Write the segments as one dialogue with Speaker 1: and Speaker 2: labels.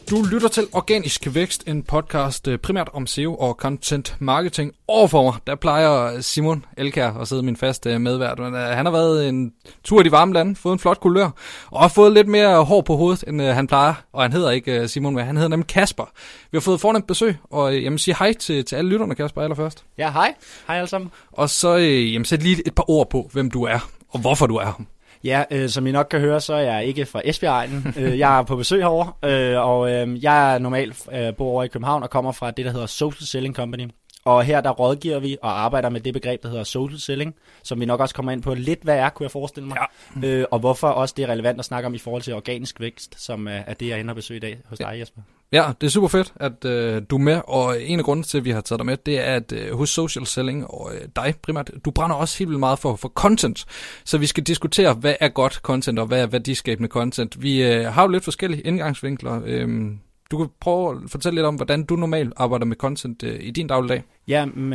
Speaker 1: Du lytter til Organisk Vækst, en podcast primært om SEO og content marketing. Overfor mig, der plejer Simon Elkjær at sidde min faste medvært. Men, han har været en tur i de varme lande, fået en flot kulør, og har fået lidt mere hår på hovedet, end han plejer. Og han hedder ikke Simon, men han hedder nemlig Kasper. Vi har fået fornemt besøg, og sige hej til alle lytterne, Kasper, allerførst.
Speaker 2: Ja, hej. Hej alle sammen.
Speaker 1: Og så sæt lige et par ord på, hvem du er, og hvorfor du er her.
Speaker 2: Ja, som I nok kan høre, så er jeg ikke fra Esbjerg-egnen. Jeg er på besøg herovre, og jeg er normalt bor over i København og kommer fra det, der hedder Social Selling Company. Og her der rådgiver vi og arbejder med det begreb, der hedder social selling, som vi nok også kommer ind på lidt, hvad er, kunne jeg forestille mig. Ja. Og hvorfor også det er relevant at snakke om i forhold til organisk vækst, som er det, jeg ender besøg i dag hos dig, Jesper.
Speaker 1: Ja, det er super fedt, at du er med, og en af grunden til, at vi har taget dig med, det er, at hos Social Selling og dig primært, du brænder også helt vildt meget for content, så vi skal diskutere, hvad er godt content, og hvad er værdiskabende content. Vi har jo lidt forskellige indgangsvinkler. Du kan prøve at fortælle lidt om, hvordan du normalt arbejder med content i din dagligdag.
Speaker 2: I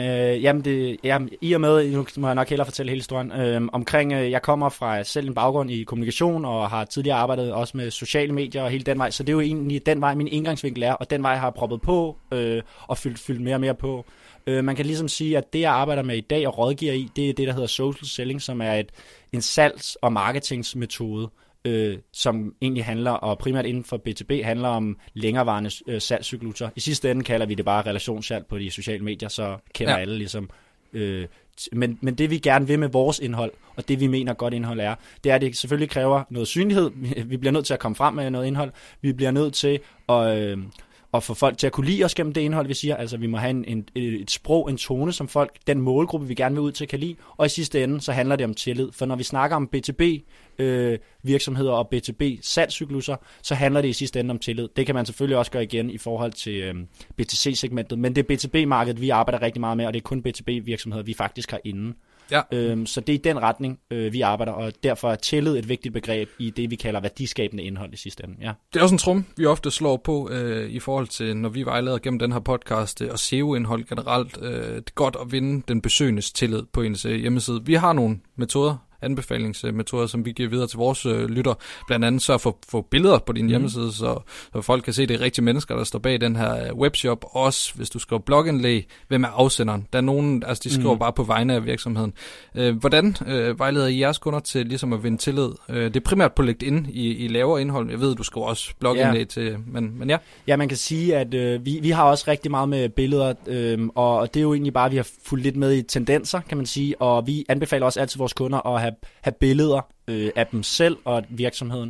Speaker 2: og med, nu må jeg nok hellere fortælle hele historien, jeg kommer fra selv en baggrund i kommunikation, og har tidligere arbejdet også med sociale medier og hele den vej, så det er jo egentlig den vej, min indgangsvinkel er, og den vej har jeg proppet på og fyldt mere og mere på. Man kan ligesom sige, at det, jeg arbejder med i dag og rådgiver i, det er det, der hedder social selling, som er en salgs- og marketingsmetode, som egentlig handler, og primært inden for B2B, handler om længerevarende salgscykluser. I sidste ende kalder vi det bare relationssalg på de sociale medier, så kender alle ligesom. Men det vi gerne vil med vores indhold, og det vi mener godt indhold er, det er, at det selvfølgelig kræver noget synlighed. Vi bliver nødt til at komme frem med noget indhold. Vi bliver nødt til at få folk til at kunne lide os gennem det indhold, vi siger. Altså vi må have et sprog, en tone, som folk, den målgruppe, vi gerne vil ud til, kan lide. Og i sidste ende, så handler det om tillid. For når vi snakker om B2B virksomheder og B2B salgscykluser, så handler det i sidste ende om tillid. Det kan man selvfølgelig også gøre igen i forhold til B2C-segmentet. Men det er B2B-markedet, vi arbejder rigtig meget med, og det er kun B2B-virksomheder, vi faktisk har inde. Ja. Så det er i den retning, vi arbejder, og derfor er tillid et vigtigt begreb i det, vi kalder værdiskabende indhold i sidste ende. Ja. Det
Speaker 1: er også en trum, vi ofte slår på i forhold til, når vi vejleder gennem den her podcast, og SEO-indhold generelt. Det er godt at vinde den besøgendes tillid på ens hjemmeside. Vi har nogle metoder, anbefalingsmetoder, som vi giver videre til vores lytter. Blandt andet så at få billeder på din hjemmeside, så folk kan se, det er rigtige mennesker, der står bag den her webshop. Også hvis du skriver blogindlæg, hvem er afsenderen? Der er nogen, altså de skriver bare på vegne af virksomheden. Hvordan vejleder I jeres kunder til ligesom at vinde tillid? Det er primært på LinkedIn, I laver indhold. Jeg ved, du skriver også blogindlæg til, men ja.
Speaker 2: Ja, man kan sige, at vi har også rigtig meget med billeder, og det er jo egentlig bare, at vi har fulgt lidt med i tendenser, kan man sige, og vi anbefaler også altid vores kunder at have billeder af dem selv og virksomheden.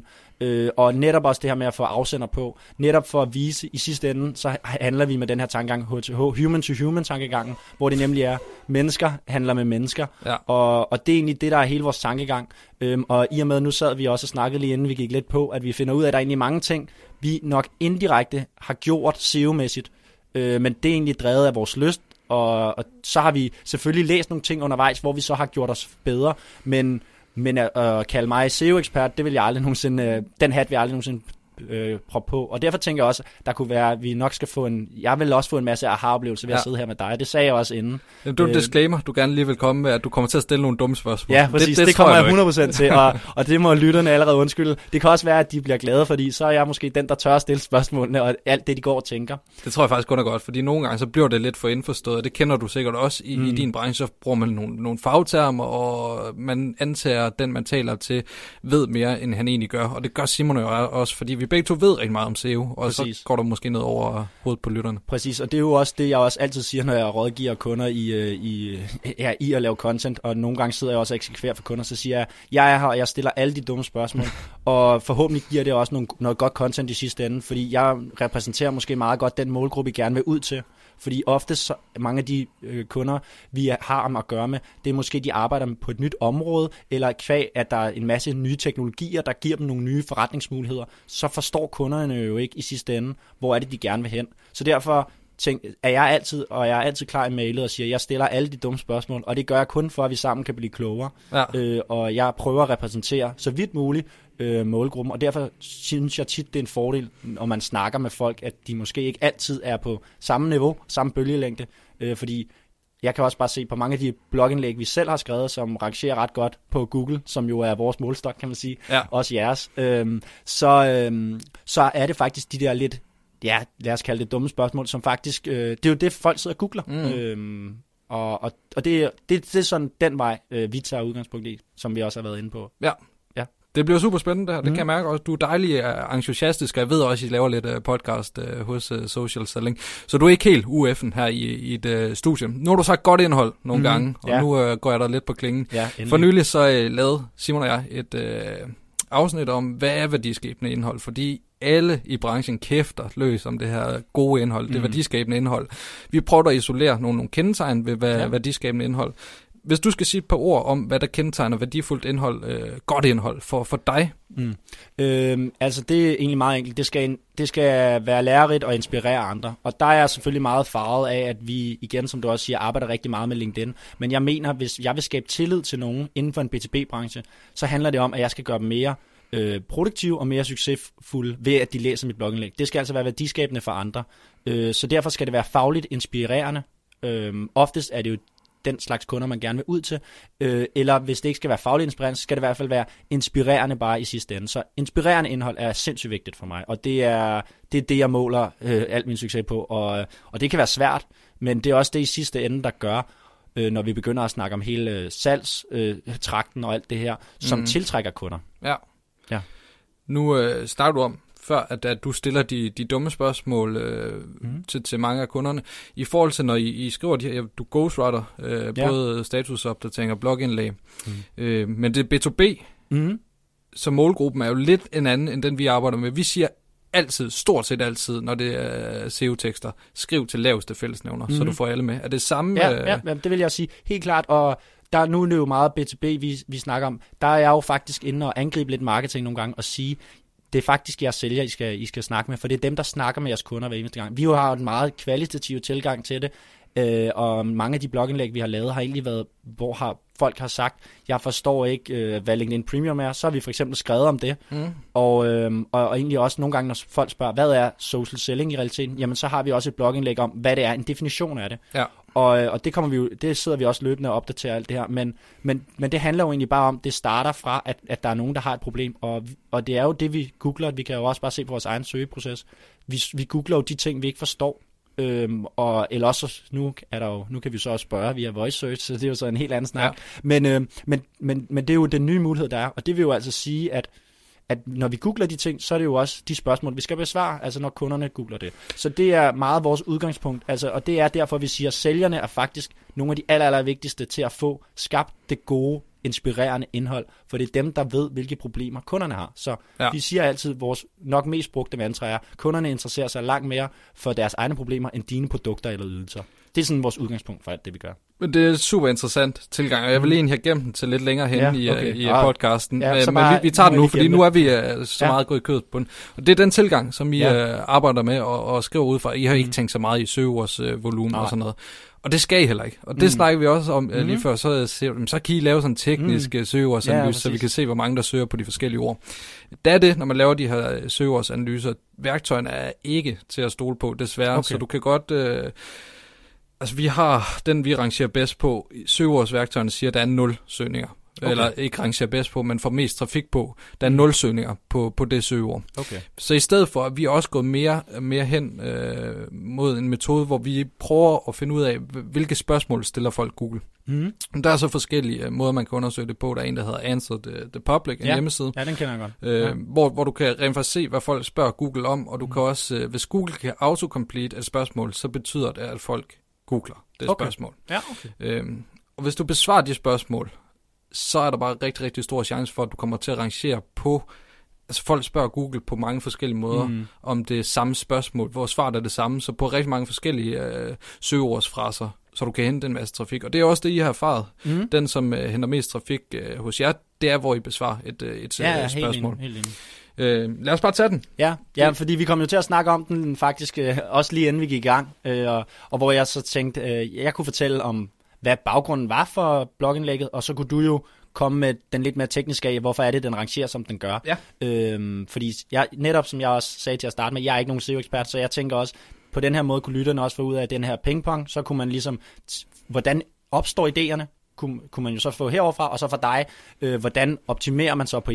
Speaker 2: Og netop også det her med at få afsender på, netop for at vise, i sidste ende, så handler vi med den her tankegang, HTH, human-to-human tankegangen, hvor det nemlig er, mennesker handler med mennesker, ja. Og det er egentlig det, der er hele vores tankegang. Og i og med, nu sad vi også og snakkede lige inden vi gik lidt på, at vi finder ud af, at der er egentlig mange ting, vi nok indirekte har gjort SEO-mæssigt, men det er egentlig drevet af vores lyst, og så har vi selvfølgelig læst nogle ting undervejs, hvor vi så har gjort os bedre, men at kalde mig SEO-ekspert, det vil jeg aldrig nogensinde, den hat vil jeg aldrig nogensinde proppe på. Og derfor tænker jeg også, der kunne være, at vi nok skal få jeg vil også få en masse aha-oplevelser ved at sidde her med dig. Det sagde jeg også inden.
Speaker 1: Du er en disclaimer, du gerne lige vil komme med, at du kommer til at stille nogle dumme spørgsmål.
Speaker 2: Ja, præcis. Det kommer jeg 100% til, og det må lytterne allerede undskylde. Det kan også være, at de bliver glade, fordi så er jeg måske den, der tør at stille spørgsmålene, og alt det, de går og tænker.
Speaker 1: Det tror jeg faktisk kun er godt, fordi nogle gange så bliver det lidt for indforstået, og det kender du sikkert også i din branche, så bruger man nogle fagtermer, og man antager, at den, man taler til, ved mere, end han egentlig gør. Og det gør Simon jo også, fordi vi begge to ved rigtig meget om SEO, og præcis. Så går der måske noget over hovedet på lytterne.
Speaker 2: Præcis, og det er jo også det, jeg også altid siger, når jeg rådgiver kunder i at lave content, og nogle gange sidder jeg også og eksekverer for kunder, så siger jeg er her, og jeg stiller alle de dumme spørgsmål, og forhåbentlig giver det også noget godt content i sidste ende, fordi jeg repræsenterer måske meget godt den målgruppe, I gerne vil ud til. Fordi ofte så mange af de kunder, vi har om at gøre med, det er måske, de arbejder på et nyt område, eller kvæg, at der er en masse nye teknologier, der giver dem nogle nye forretningsmuligheder, så forstår kunderne jo ikke i sidste ende, hvor er det, de gerne vil hen. Så derfor er jeg altid klar i mailet og siger, at jeg stiller alle de dumme spørgsmål, og det gør jeg kun for, at vi sammen kan blive klogere. Ja. Og jeg prøver at repræsentere så vidt muligt målgruppen, og derfor synes jeg tit, det er en fordel, når man snakker med folk, at de måske ikke altid er på samme niveau, samme bølgelængde, fordi jeg kan også bare se på mange af de blogindlæg, vi selv har skrevet, som rangerer ret godt på Google, som jo er vores målstok, kan man sige, også jeres, så er det faktisk de der lidt ja, lad os kalde det dumme spørgsmål, som faktisk, det er jo det, folk sidder og googler. Og det er sådan den vej, vi tager udgangspunkt i, som vi også har været inde på.
Speaker 1: Ja. Det bliver super spændende der. Det kan jeg mærke også. Du er dejlig entusiastisk, og jeg ved også, at I laver lidt podcast hos Social Selling. Så du er ikke helt UF'en her i et studie. Nu har du sagt godt indhold nogle gange, og nu går jeg der lidt på klingen.
Speaker 2: Ja,
Speaker 1: for nylig så lavede Simon og jeg et afsnit om, hvad er værdiskabende indhold, fordi alle i branchen kæfter løs om det her gode indhold, det værdiskabende indhold. Vi prøver at isolere nogle kendetegn ved værdiskabende indhold. Hvis du skal sige et par ord om, hvad der kendetegner værdifuldt indhold, godt indhold for dig?
Speaker 2: Altså det er egentlig meget enkelt. Det skal være lærerigt og inspirere andre. Og der er jeg selvfølgelig meget farvet af, at vi igen, som du også siger, arbejder rigtig meget med LinkedIn. Men jeg mener, hvis jeg vil skabe tillid til nogen inden for en B2B-branche, så handler det om, at jeg skal gøre dem mere produktive og mere succesfulde ved, at de læser mit blogindlæg. Det skal altså være værdiskabende for andre. Så derfor skal det være fagligt inspirerende. Oftest er det jo den slags kunder, man gerne vil ud til. Eller hvis det ikke skal være fagligt inspirerende, så skal det i hvert fald være inspirerende bare i sidste ende. Så inspirerende indhold er sindssygt vigtigt for mig, og det er det, jeg måler alt min succes på. Og det kan være svært, men det er også det i sidste ende, der gør, når vi begynder at snakke om hele salgstrakten og alt det her, som tiltrækker kunder.
Speaker 1: Ja. Nu starter du om, før at du stiller de dumme spørgsmål til mange af kunderne. I forhold til, når I skriver de her, du ghostwriter, både statusopdateringer og blogindlæg, men det er B2B, så målgruppen er jo lidt en anden, end den vi arbejder med. Vi siger altid, stort set altid, når det er SEO-tekster, skriv til laveste fællesnævner, så du får alle med. Er det samme?
Speaker 2: Ja, det vil jeg sige. Helt klart, og nu er det jo meget B2B, vi snakker om. Der er jeg jo faktisk inde og angribe lidt marketing nogle gange og sige, det er faktisk jeres sælger, I skal snakke med, for det er dem, der snakker med jeres kunder hver eneste gang. Vi har jo en meget kvalitativ tilgang til det, og mange af de blogindlæg, vi har lavet, har egentlig været, hvor folk har sagt, jeg forstår ikke, hvad LinkedIn Premium er, så har vi for eksempel skrevet om det, og egentlig også nogle gange, når folk spørger, hvad er social selling i realiteten, jamen så har vi også et blogindlæg om, hvad det er, en definition af det. Ja. Og det sidder vi også løbende og opdaterer alt det her, men det handler jo egentlig bare om, det starter fra, at der er nogen, der har et problem, og det er jo det, vi googler. Vi kan jo også bare se på vores egen søgeproces. Vi googler jo de ting, vi ikke forstår, eller også nu kan vi så også spørge via voice search, så det er jo så en helt anden snak. Ja. Men det er jo den nye mulighed, der er, og det vil jo altså sige, at når vi googler de ting, så er det jo også de spørgsmål, vi skal besvare, altså når kunderne googler det. Så det er meget vores udgangspunkt, altså, og det er derfor, vi siger, at sælgerne er faktisk nogle af de aller vigtigste til at få skabt det gode, inspirerende indhold, for det er dem, der ved, hvilke problemer kunderne har. Så vi siger altid, vores nok mest brugte mantra er, kunderne interesserer sig langt mere for deres egne problemer, end dine produkter eller ydelser. Det er sådan vores udgangspunkt for alt det, vi gør. Men
Speaker 1: det er super interessant tilgang, og jeg vil egentlig have gemt den til lidt længere hen i podcasten. Ja, men vi tager den nu, fordi nu er vi så meget gået i kødet på den. Og det er den tilgang, som I arbejder med og skriver ud fra. I har ikke tænkt så meget i søgeordsvolumen og sådan noget. Og det skal I heller ikke. Og det snakker vi også om lige før. Så kan I lave sådan en teknisk søgeordsanalyse, så vi kan se, hvor mange der søger på de forskellige ord. Det, når man laver de her søgeordsanalyser, værktøjerne er ikke til at stole på, desværre. Så du kan godt... Altså vi har den, vi rangerer bedst på. Søgeordsværktøjerne siger, at der er 0 søgninger. Eller ikke rangerer bedst på, men får mest trafik på. Der er 0 søgninger på det søgeord. Så i stedet for, at vi også gået mere hen mod en metode, hvor vi prøver at finde ud af, hvilke spørgsmål stiller folk Google. Der er så forskellige måder, man kan undersøge det på. Der er en, der hedder Answer the Public, en hjemmeside.
Speaker 2: Ja, den kender jeg
Speaker 1: godt. Hvor du kan rent faktisk se, hvad folk spørger Google om, og du kan også, hvis Google kan autocomplete et spørgsmål, så betyder det, at folk googler det spørgsmål.
Speaker 2: Ja,
Speaker 1: og hvis du besvarer de spørgsmål, så er der bare rigtig, rigtig stor chance for, at du kommer til at rangere på... Altså folk spørger Google på mange forskellige måder om det samme spørgsmål, hvor svaret er det samme, så på rigtig mange forskellige søgeordsfraser, så du kan hente en masse trafik. Og det er også det, I har erfaret. Den, som henter mest trafik hos jer, det er, hvor I besvarer et spørgsmål.
Speaker 2: Helt enig.
Speaker 1: Lad os bare tage den.
Speaker 2: Ja, fordi vi kom jo til at snakke om den faktisk også lige inden vi gik i gang, og hvor jeg så tænkte, jeg kunne fortælle om, hvad baggrunden var for blogindlægget, og så kunne du jo komme med den lidt mere tekniske af, hvorfor er det, den rangerer, som den gør. Ja. Fordi netop som jeg også sagde til at starte med, jeg er ikke nogen SEO-ekspert, så jeg tænker også, på den her måde kunne lytterne også få ud af den her pingpong, så kunne man ligesom, hvordan opstår idéerne, kunne man jo så få heroverfra, og så for dig, hvordan optimerer man så på ideen.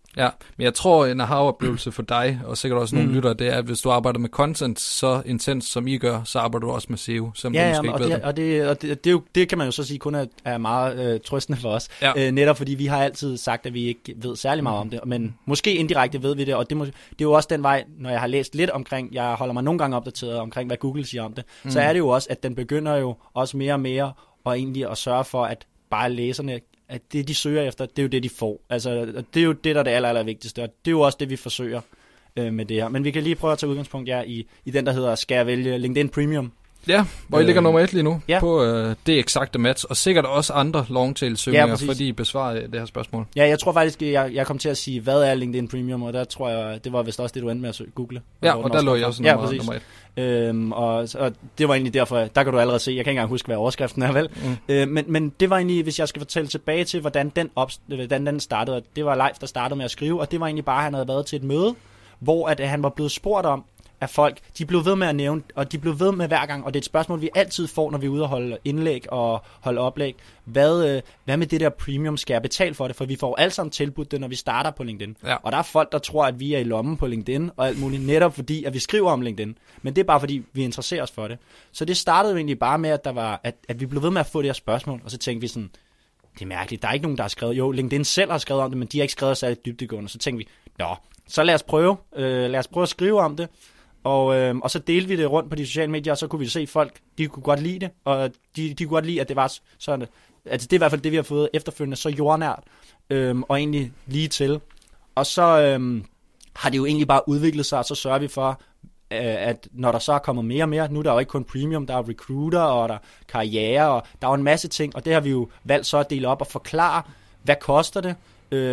Speaker 1: Ja, men jeg tror, en aha-oplevelse for dig, og sikkert også nogle lyttere, det er, at hvis du arbejder med content så intens, som I gør, så arbejder du også med SEO, som du måske ikke ved.
Speaker 2: Det kan man jo så sige kun er meget trøstende for os. Ja. Netop fordi vi har altid sagt, at vi ikke ved særlig meget om det, men måske indirekte ved vi det, og det er jo også den vej, når jeg har læst lidt omkring, jeg holder mig nogle gange opdateret omkring, hvad Google siger om det, så er det jo også, at den begynder jo også mere og mere og egentlig at sørge for, at bare læserne, at det, de søger efter, det er jo det, de får. Altså, det er jo det, der er det aller vigtigste, og det er jo også det, vi forsøger med det her. Men vi kan lige prøve at tage udgangspunkt i den, der hedder, skal jeg vælge LinkedIn Premium?
Speaker 1: Ja, hvor I ligger nummer 1 lige nu på det eksakte match, og sikkert også andre longtail-søgninger, fordi I besvarer det her spørgsmål. Ja,
Speaker 2: jeg tror faktisk, jeg kom til at sige, hvad er LinkedIn Premium, og der tror jeg, det var vist også det, du endte med at google.
Speaker 1: Ja, og der lå jeg også nummer
Speaker 2: 1. Og det var egentlig derfor, der kan du allerede se, jeg kan ikke engang huske, hvad overskriften er, vel? Men det var egentlig, hvis jeg skal fortælle tilbage til, hvordan den startede, og det var Leif, der startede med at skrive, og det var egentlig bare, at han havde været til et møde, hvor at han var blevet spurgt om, at folk, de blev ved med at nævne, og de blev ved med hver gang, og det er et spørgsmål, vi altid får, når vi er ude og holde indlæg og holde oplæg. Hvad med det der premium, skal jeg betale for det? For vi får alle sammen tilbudt det, når vi starter på LinkedIn. Ja. Og der er folk, der tror, at vi er i lommen på LinkedIn, og alt muligt, netop fordi, at vi skriver om LinkedIn. Men det er bare fordi, vi interesserer os for det. Så det startede jo egentlig bare med, at, at vi blev ved med at få det her spørgsmål, og så tænkte vi sådan, det er mærkeligt, der er ikke nogen, der har skrevet, jo, LinkedIn selv har skrevet om det, men de har ikke skrevet særligt dybdegående. Så tænkte vi, så lad os prøve at skrive om det. Og så delte vi det rundt på de sociale medier, og så kunne vi se folk, de kunne godt lide det, og de kunne godt lide, at det var sådan, altså det er i hvert fald det, vi har fået efterfølgende, så jordnært, og egentlig lige til. Og så har det jo egentlig bare udviklet sig, og så sørger vi for, at når der så er kommet mere og mere, nu er der jo ikke kun premium, der er recruiter, og der er karriere, og der er jo en masse ting, og det har vi jo valgt så at dele op og forklare, hvad koster det,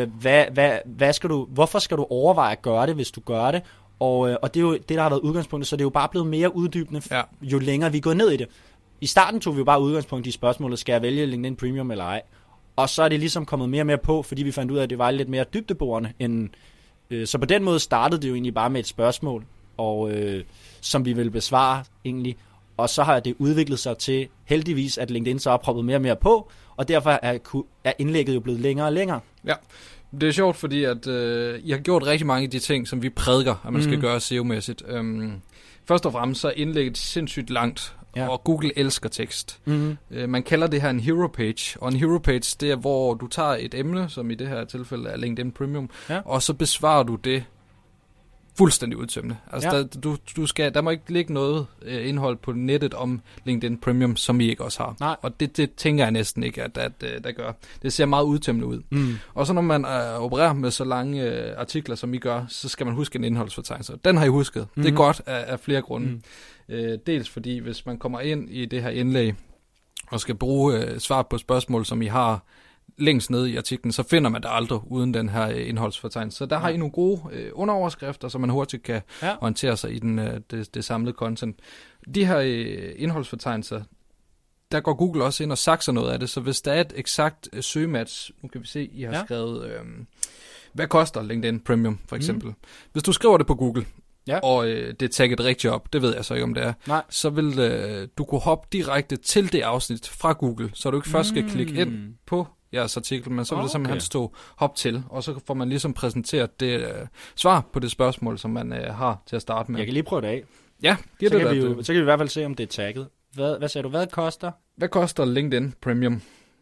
Speaker 2: hvorfor skal du overveje at gøre det, hvis du gør det, og det er jo det, der har været udgangspunktet, så det er jo bare blevet mere uddybende, jo længere vi går ned i det. I starten tog vi jo bare udgangspunkt i spørgsmålet, skal jeg vælge LinkedIn Premium eller ej? Og så er det ligesom kommet mere og mere på, fordi vi fandt ud af, at det var lidt mere dybdeborende. Så på den måde startede det jo egentlig bare med et spørgsmål, og som vi ville besvare egentlig. Og så har det udviklet sig til heldigvis, at LinkedIn så har proppet mere og mere på, og derfor er indlægget jo blevet længere og længere.
Speaker 1: Ja. Det er sjovt, fordi at I har gjort rigtig mange af de ting, som vi prædiker, at man skal gøre SEO-mæssigt. Først og fremmest så er indlægget sindssygt langt, og Google elsker tekst. Man kalder det her en hero page, og en hero page, det er, hvor du tager et emne, som i det her tilfælde er LinkedIn Premium, og så besvarer du det fuldstændig udtømmende. Altså, der må ikke ligge noget indhold på nettet om LinkedIn Premium, som I ikke også har. Nej. Og det tænker jeg næsten ikke, at der gør. Det ser meget udtømmende ud. Og så når man opererer med så lange artikler, som I gør, så skal man huske en indholdsfortegnelse. Den har I husket. Det er godt af flere grunde. Dels fordi, hvis man kommer ind i det her indlæg, og skal bruge svar på spørgsmål, som I har længst nede i artiklen, så finder man det aldrig uden den her indholdsfortegnelse. Så der har I nogle gode underoverskrifter, så man hurtigt kan orientere sig i det samlede content. De her indholdsfortegnelser, der går Google også ind og sakser noget af det, så hvis der er et eksakt søgematch, nu kan vi se, I har skrevet, hvad koster LinkedIn Premium for eksempel. Hvis du skriver det på Google, og det er tagget rigtigt op, det ved jeg så ikke om det er, så vil du kunne hoppe direkte til det afsnit fra Google, så du ikke først skal klikke ind på jeres artikel, men så vil det simpelthen stå hop til, og så får man ligesom præsenteret det svar på det spørgsmål, som man har til at starte med.
Speaker 2: Jeg kan lige prøve det af.
Speaker 1: Ja,
Speaker 2: så kan vi i hvert fald se, om det er tagget. Hvad sagde du? Hvad koster?
Speaker 1: Hvad koster LinkedIn Premium?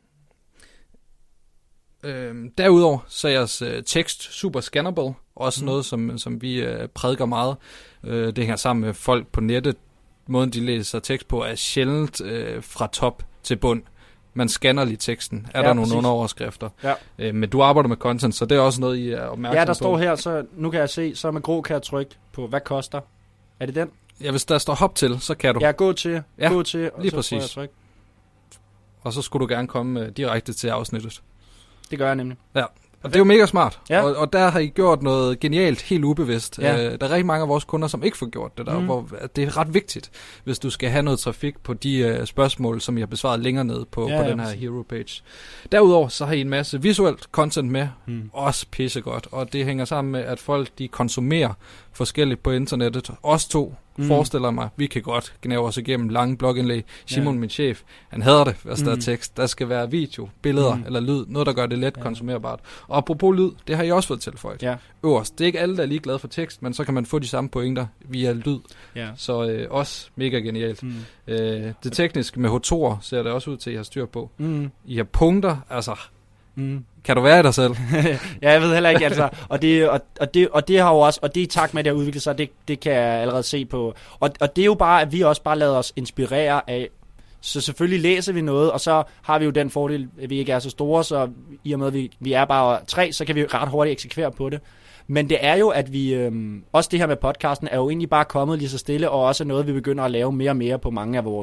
Speaker 1: Derudover så er jeres tekst super scannable, også noget, som vi prædiker meget. Det hænger sammen med folk på nettet. Måden, de læser tekst på, er sjældent fra top til bund. Man scanner lige teksten. Er der nogle underoverskrifter? Ja. Men du arbejder med content, så det er også noget, I er opmærksom på.
Speaker 2: Ja, der står her, så nu kan jeg se, så med grå kan jeg trykke på, hvad koster? Er det den?
Speaker 1: Ja, hvis der står hop til, så kan du.
Speaker 2: Ja, gå til, og
Speaker 1: lige
Speaker 2: så
Speaker 1: præcis.
Speaker 2: Tryk.
Speaker 1: Og så skulle du gerne komme direkte til afsnittet.
Speaker 2: Det gør jeg nemlig.
Speaker 1: Ja. Og det er jo mega smart, og der har I gjort noget genialt, helt ubevidst. Der er rigtig mange af vores kunder, som ikke får gjort det der, hvor det er ret vigtigt, hvis du skal have noget trafik på de spørgsmål, som I har besvaret længere ned på den her hero page. Derudover så har I en masse visuelt content med, også pissegodt, og det hænger sammen med, at folk de konsumerer forskelligt på internettet. Os to forestiller mig, vi kan godt gnave os igennem lange blogindlæg. Simon, min chef, han hader det, hvis der er tekst. Der skal være video, billeder eller lyd, noget der gør det let konsumerbart. Og apropos lyd, det har I også fået tilføjet. Ja. Øverst, det er ikke alle, der er lige glade for tekst, men så kan man få de samme pointer via lyd. Ja. Så også mega genialt. Det tekniske med H2'er ser det også ud til, at I har styr på. I har punkter, altså... Kan du være i dig selv?
Speaker 2: Ja, jeg ved heller ikke, altså. Og det har jo også, og det er i takt med, at det har udviklet sig, det kan jeg allerede se på. Og det er jo bare, at vi også bare lader os inspirere af. Så selvfølgelig læser vi noget, og så har vi jo den fordel, at vi ikke er så store, så i og med, at vi er bare 3, så kan vi ret hurtigt eksekvere på det. Men det er jo, at vi, også det her med podcasten, er jo egentlig bare kommet lige så stille, og også noget, vi begynder at lave mere og mere på mange af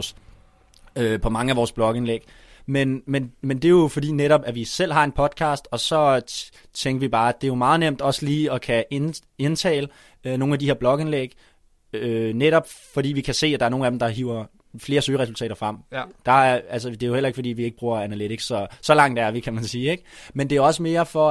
Speaker 2: vores blogindlæg. Men det er jo fordi netop, at vi selv har en podcast, og så tænker vi bare, at det er jo meget nemt også lige at kan indtale nogle af de her blogindlæg, netop fordi vi kan se, at der er nogle af dem, der hiver flere søgeresultater frem. Ja. Der er, altså, det er jo heller ikke, fordi vi ikke bruger analytics, så langt er vi, kan man sige, ikke? Men det er også mere for,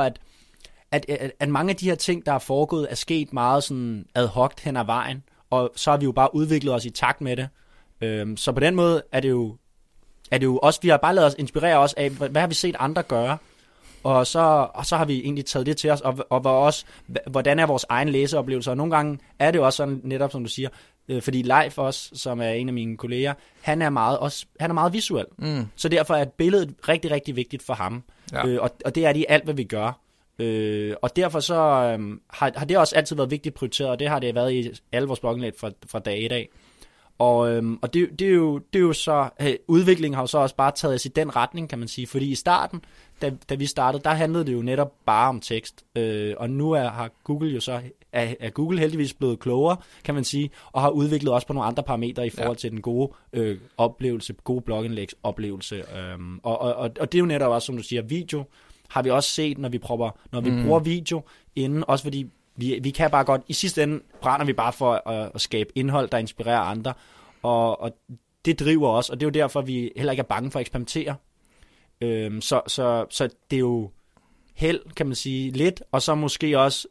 Speaker 2: at mange af de her ting, der er foregået, er sket meget sådan ad hoc hen ad vejen, og så har vi jo bare udviklet os i takt med det. Så på den måde er det jo også, vi har bare ladet os inspirere os af, hvad har vi set andre gøre, og så har vi egentlig taget det til os, og også, hvordan er vores egen læseoplevelser, og nogle gange er det jo også sådan, netop som du siger, fordi Leif også, som er en af mine kolleger, han er meget visuel, så derfor er billedet rigtig, rigtig vigtigt for ham, og det er det i alt, hvad vi gør, og derfor så har det også altid været vigtigt prioriteret, og det har det været i alle vores blogindlæg fra dag 1 af. Og det er jo så, udviklingen har jo så også bare taget os i den retning, kan man sige, fordi i starten, da vi startede, der handlede det jo netop bare om tekst, og nu er Google heldigvis blevet klogere, kan man sige, og har udviklet også på nogle andre parametre i forhold til den gode oplevelse, gode blogindlægs oplevelse, og det er jo netop også, som du siger, video har vi også set, når vi bruger video inden, også fordi vi kan bare godt, i sidste ende brænder vi bare for at skabe indhold, der inspirerer andre, og det driver os, og det er jo derfor, vi heller ikke er bange for at eksperimentere. Så det er jo held, kan man sige, lidt, og så måske også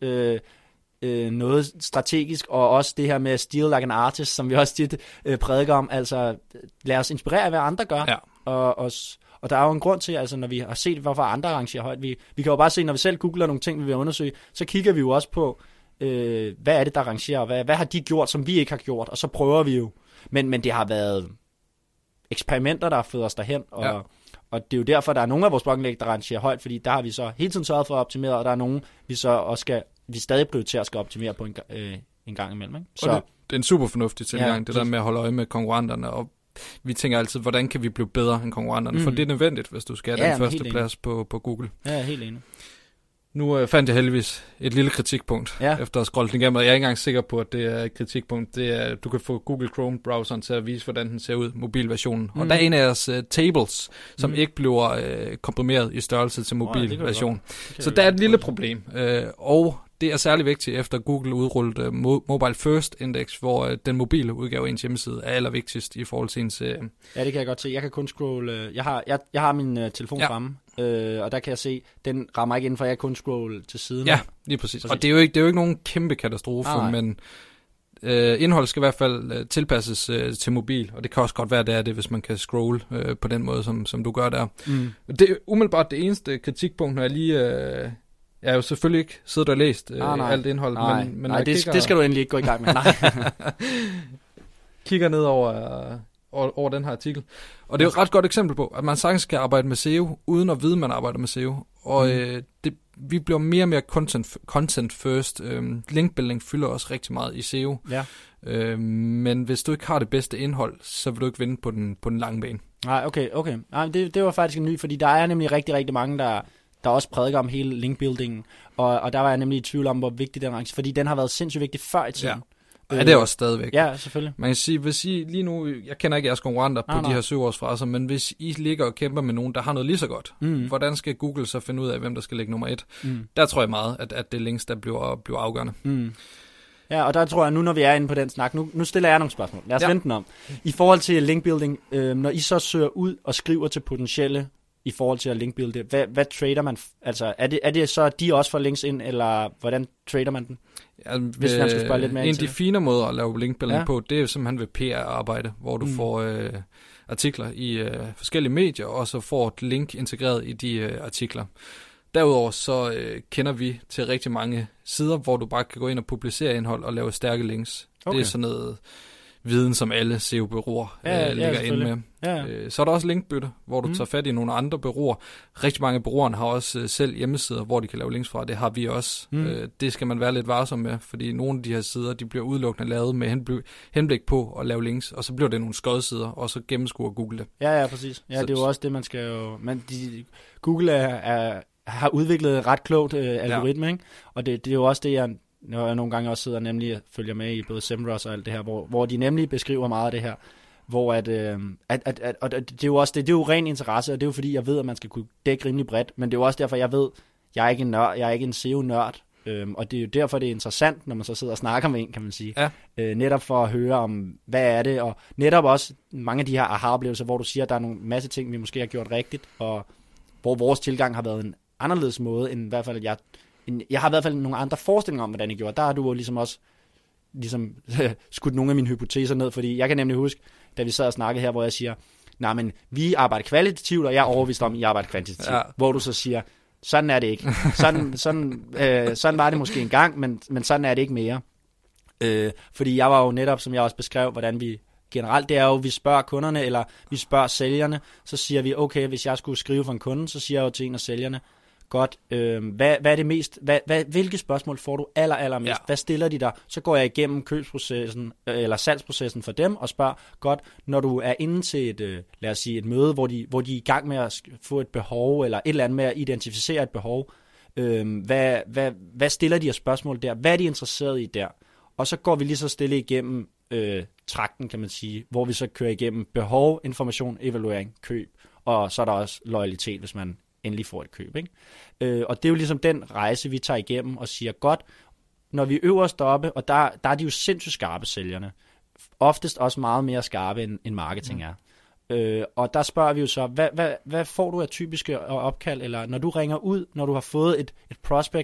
Speaker 2: noget strategisk, og også det her med steal like an artist, som vi også tit prædiker om, altså lad os inspirere af, hvad andre gør, og der er jo en grund til, altså når vi har set, hvorfor andre arrangerer højt, vi kan jo bare se, når vi selv googler nogle ting, vi vil undersøge, så kigger vi jo også på, hvad er det, der arrangerer, hvad har de gjort, som vi ikke har gjort, og så prøver vi jo. Men det har været eksperimenter, der har ført os derhen, og det er jo derfor, der er nogle af vores blogindlæg, der arrangerer højt, fordi der har vi så hele tiden sørget for at optimere, og der er nogle, vi så også vi stadig prioriterer at skal optimere på en gang imellem. Ikke? Så
Speaker 1: det er en super fornuftig tilgang, det der med at holde øje med konkurrenterne, og vi tænker altid, hvordan kan vi blive bedre end konkurrenterne, for det er nødvendigt, hvis du skal have den første plads på Google. Ja, jeg er helt enig. Nu fandt jeg heldigvis et lille kritikpunkt, efter at scrolle den igennem, og jeg er ikke engang sikker på, at det er et kritikpunkt. Det er, du kan få Google Chrome-browseren til at vise, hvordan den ser ud, mobilversionen. Og der er en af jeres tables, som ikke bliver komprimeret i størrelse til mobilversion. Så der er et lille problem, og det er særlig vigtigt efter Google udrullede Mobile First Index, hvor den mobile udgave af ens hjemmeside er allervigtigst i forhold til ens... Ja,
Speaker 2: det kan jeg godt se. Jeg kan kun scrolle... Jeg har min telefon fremme, og der kan jeg se, den rammer ikke inden for, jeg kan kun scrolle til siden.
Speaker 1: Ja, lige præcis. Og det er jo ikke nogen kæmpe katastrofe, men indhold skal i hvert fald tilpasses til mobil, og det kan også godt være, det hvis man kan scrolle på den måde, som du gør der. Det er umiddelbart det eneste kritikpunkt, når jeg lige... Jeg har jo selvfølgelig ikke siddet og læst alt indhold, men
Speaker 2: det skal du endelig ikke gå i gang med.
Speaker 1: Kigger ned over den her artikel. Og det er jo et ret godt eksempel på, at man sagtens kan arbejde med SEO, uden at vide, at man arbejder med SEO. Og vi bliver mere og mere content first. Linkbuilding fylder også rigtig meget i SEO. Ja. Men hvis du ikke har det bedste indhold, så vil du ikke vinde på den lange bane.
Speaker 2: Nej, okay. Nej, det var faktisk en ny, fordi der er nemlig rigtig, rigtig mange, der også prædiker om hele linkbuildingen, og der var jeg nemlig i tvivl om, hvor vigtig den er, fordi den har været sindssygt vigtig før i tiden.
Speaker 1: Ja, det er også stadigvæk.
Speaker 2: Ja, selvfølgelig.
Speaker 1: Man kan sige, hvis I lige nu, jeg kender ikke jeres konkurrenter på de her søgeordsfraser, men hvis I ligger og kæmper med nogen, der har noget lige så godt, hvordan skal Google så finde ud af, hvem der skal ligge nummer 1? Der tror jeg meget, at det links, der bliver afgørende.
Speaker 2: Ja, og der tror jeg, nu når vi er inde på den snak, nu stiller jeg nogle spørgsmål. Lad os vente den om. I forhold til linkbuilding, når I så søger ud og skriver til potentielle i forhold til at linkbuilde det? Hvad trader man? Altså, er det så, at de også får links ind, eller hvordan trader man den?
Speaker 1: Ja,
Speaker 2: hvis man skal spørge lidt mere
Speaker 1: en af de finere måder at lave linkbuilding på, det er simpelthen ved PR-arbejde, hvor du får artikler i forskellige medier, og så får et link integreret i de artikler. Derudover så kender vi til rigtig mange sider, hvor du bare kan gå ind og publicere indhold og lave stærke links. Okay. Det er sådan noget viden, som alle SEO-bureauer ligger inde med. Ja. Så er der også linkbytte, hvor du tager fat i nogle andre bureauer. Rigtig mange bureauer har også selv hjemmesider, hvor de kan lave links fra. Det har vi også. Det skal man være lidt varsom med, fordi nogle af de her sider, de bliver udelukkende lavet med henblik på at lave links, og så bliver det nogle skodsider, og så gennemskuer Google det.
Speaker 2: Ja, præcis. Ja, så det er jo også det, man skal jo... Google har udviklet ret klogt algoritme, ikke? Og det er jo også det, jeg nogle gange også sidder nemlig følger med i både SEMrush og alt det her, hvor de nemlig beskriver meget af det her, hvor og det er jo også det er jo ren interesse, og det er jo fordi jeg ved, at man skal kunne dække rimelig bredt, men det er jo også derfor jeg ved, jeg er ikke en nørd, jeg er ikke en SEO-nørd, og det er jo derfor det er interessant, når man så sidder og snakker med en, kan man sige, netop for at høre om hvad er det, og netop også mange af de her aha-oplevelser, hvor du siger, at der er nogle masse ting vi måske har gjort rigtigt, og hvor vores tilgang har været en anderledes måde end i hvert fald jeg har i hvert fald nogle andre forestillinger om, hvordan jeg gjorde. Der har du jo ligesom også skudt nogle af mine hypoteser ned, fordi jeg kan nemlig huske, da vi sad og snakkede her, hvor jeg siger, nej, men vi arbejder kvalitativt, og jeg er overbevist om, at I arbejder kvantitativt. Ja. Hvor du så siger, sådan er det ikke. Sådan var det måske engang, men sådan er det ikke mere. Fordi jeg var jo netop, som jeg også beskrev, hvordan vi generelt, det er jo, vi spørger kunderne, eller vi spørger sælgerne, så siger vi, okay, hvis jeg skulle skrive for en kunde, så siger jeg jo til en af sælgerne, godt, hvad er det mest, hvilke spørgsmål får du allermest? Ja. Hvad stiller de der? Så går jeg igennem købsprocessen, eller salgsprocessen for dem, og spørger, godt, når du er inde til et, lad os sige, et møde, hvor de er i gang med at få et behov, eller et eller andet med at identificere et behov, hvad stiller de af spørgsmål der? Hvad er de interesseret i der? Og så går vi lige så stille igennem trakten, kan man sige, hvor vi så kører igennem behov, information, evaluering, køb, og så er der også loyalitet, hvis man endelig får et køb, ikke? Og det er jo ligesom den rejse, vi tager igennem og siger, godt, når vi øver os deroppe, og der er de jo sindssygt skarpe sælgerne, oftest også meget mere skarpe end marketing er. Og der spørger vi jo så, hvad får du af typiske opkald, eller når du ringer ud, når du har fået et prospect,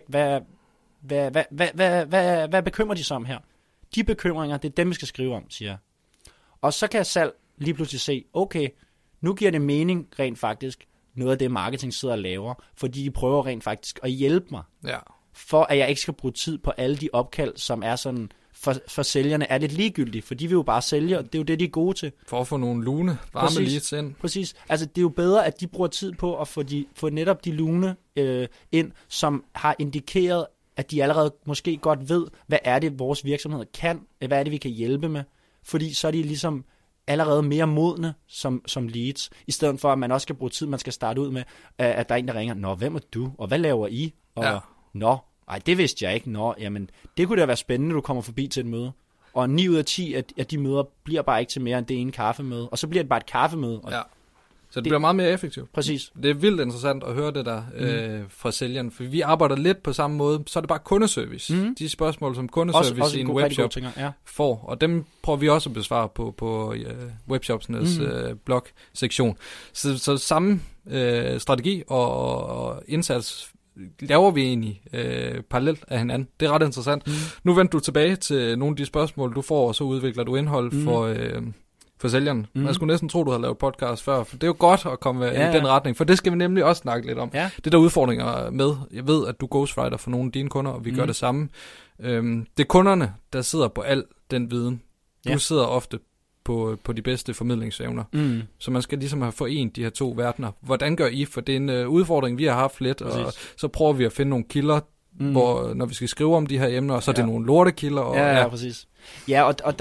Speaker 2: hvad bekymrer de sig om her? De bekymringer, det er dem, vi skal skrive om, siger jeg. Og så kan salg lige pludselig se, okay, nu giver det mening rent faktisk, noget af det marketing sidder og laver, fordi de prøver rent faktisk at hjælpe mig, for at jeg ikke skal bruge tid på alle de opkald, som er sådan, for sælgerne er lidt ligegyldige, for de vil jo bare sælge, og det er jo det, de er gode til.
Speaker 1: For at få nogle lune, varme leads ind.
Speaker 2: Præcis. Altså, det er jo bedre, at de bruger tid på at få netop de lune ind, som har indikeret, at de allerede måske godt ved, hvad er det, vores virksomhed kan, hvad er det, vi kan hjælpe med, fordi så er de ligesom allerede mere modne som leads, i stedet for, at man også skal bruge tid, man skal starte ud med, at der er en, der ringer, nå, hvem er du, og hvad laver I? Og nå, ej, det vidste jeg ikke, nå, jamen, det kunne da være spændende, du kommer forbi til et møde. Og 9 ud af 10 af de møder bliver bare ikke til mere end det ene kaffemøde, og så bliver det bare et kaffemøde. Og
Speaker 1: så det bliver meget mere effektivt.
Speaker 2: Præcis.
Speaker 1: Det er vildt interessant at høre det der fra sælgeren, for vi arbejder lidt på samme måde, så er det bare kundeservice. De spørgsmål, som kundeservice også i en webshop får, og dem prøver vi også at besvare på webshopsenes blog-sektion. Så samme strategi og indsats laver vi egentlig parallelt af hinanden. Det er ret interessant. Nu vender du tilbage til nogle af de spørgsmål, du får, og så udvikler du indhold for sælgeren. Man skulle næsten tro, du havde lavet podcast før, for det er jo godt at komme i den retning, for det skal vi nemlig også snakke lidt om. Ja. Det der udfordringer med, jeg ved, at du ghostwriter for nogle af dine kunder, og vi gør det samme. Det er kunderne, der sidder på al den viden. Du sidder ofte på de bedste formidlingsevner. Så man skal ligesom have forenet de her to verdener. Hvordan gør I? For det er en udfordring, vi har haft lidt, og så prøver vi at finde nogle kilder, når vi skal skrive om de her emner, og så er det nogle lortekilder. Og,
Speaker 2: ja, præcis. Ja, og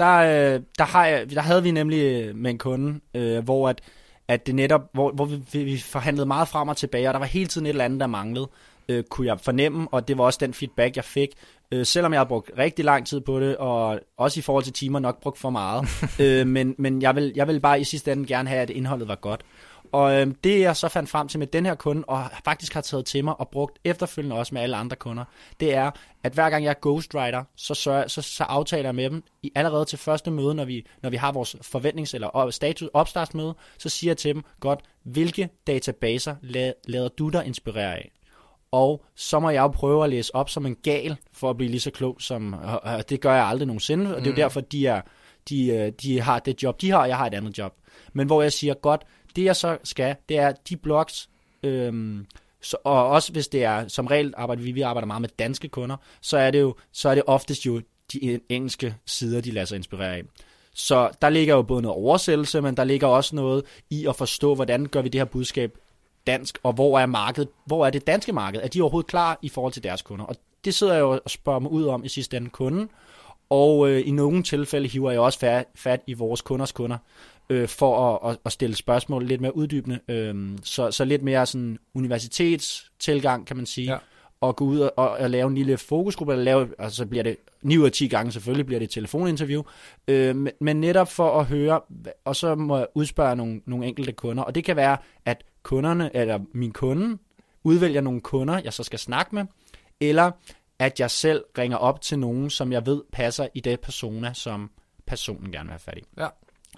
Speaker 2: der havde vi nemlig med en kunde, hvor at det netop, hvor vi forhandlede meget frem og tilbage, og der var hele tiden et eller andet, der manglede, kunne jeg fornemme, og det var også den feedback, jeg fik. Selvom jeg har brugt rigtig lang tid på det, og også i forhold til timer nok brugt for meget. Men jeg vil bare i sidste ende gerne have, at indholdet var godt. Og det jeg så fandt frem til med den her kunde, og faktisk har taget til mig og brugt efterfølgende også med alle andre kunder, det er, at hver gang jeg er ghostwriter, så aftaler jeg med dem allerede til første møde, når vi har vores forventnings- eller opstartsmøde, så siger jeg til dem, godt, hvilke databaser lader du dig inspirere af? Og så må jeg jo prøve at læse op som en gal, for at blive lige så klog som, og det gør jeg aldrig nogensinde, og det er jo derfor, de har det job, de har, og jeg har et andet job. Men hvor jeg siger, godt, det jeg så skal, det er de blogs, og også hvis det er, som regel vi arbejder meget med danske kunder, så er det oftest jo de engelske sider, de lader sig inspirere af. Så der ligger jo både noget oversættelse, men der ligger også noget i at forstå, hvordan gør vi det her budskab dansk, og hvor er markedet, hvor er det danske marked? Er de overhovedet klar i forhold til deres kunder? Og det sidder jeg jo og spørger mig ud om i sidste ende kunden, og i nogle tilfælde hiver jeg også fat i vores kunders kunder, for at stille spørgsmål lidt mere uddybende, så lidt mere sådan universitetstilgang, kan man sige, ja. Og gå ud og lave en lille fokusgruppe, eller så bliver det 9 ud af 10 gange selvfølgelig, bliver det et telefoninterview, men netop for at høre, og så må jeg udspørge nogle enkelte kunder, og det kan være, at kunderne, eller min kunde, udvælger nogle kunder, jeg så skal snakke med, eller at jeg selv ringer op til nogen, som jeg ved passer i det persona, som personen gerne vil have fat i.
Speaker 1: Ja.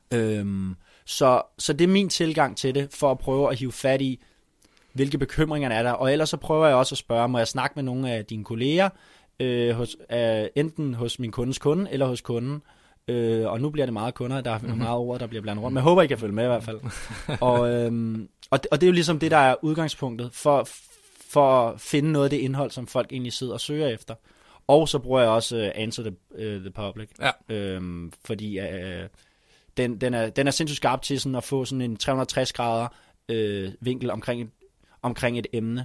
Speaker 2: Så det er min tilgang til det, for at prøve at hive fat i, hvilke bekymringer er der, og ellers så prøver jeg også at spørge, må jeg snakke med nogle af dine kolleger, enten hos min kundes kunde, eller hos kunden, og nu bliver det meget kunder, der er meget ord, der bliver blandet rundt, men jeg håber, I kan følge med i hvert fald. Og det er jo ligesom det, der er udgangspunktet, for at finde noget af det indhold, som folk egentlig sidder og søger efter. Og så bruger jeg også Answer the Public,
Speaker 1: ja.
Speaker 2: Fordi den er sindssygt skarp til sådan at få sådan en 360 grader vinkel omkring et emne,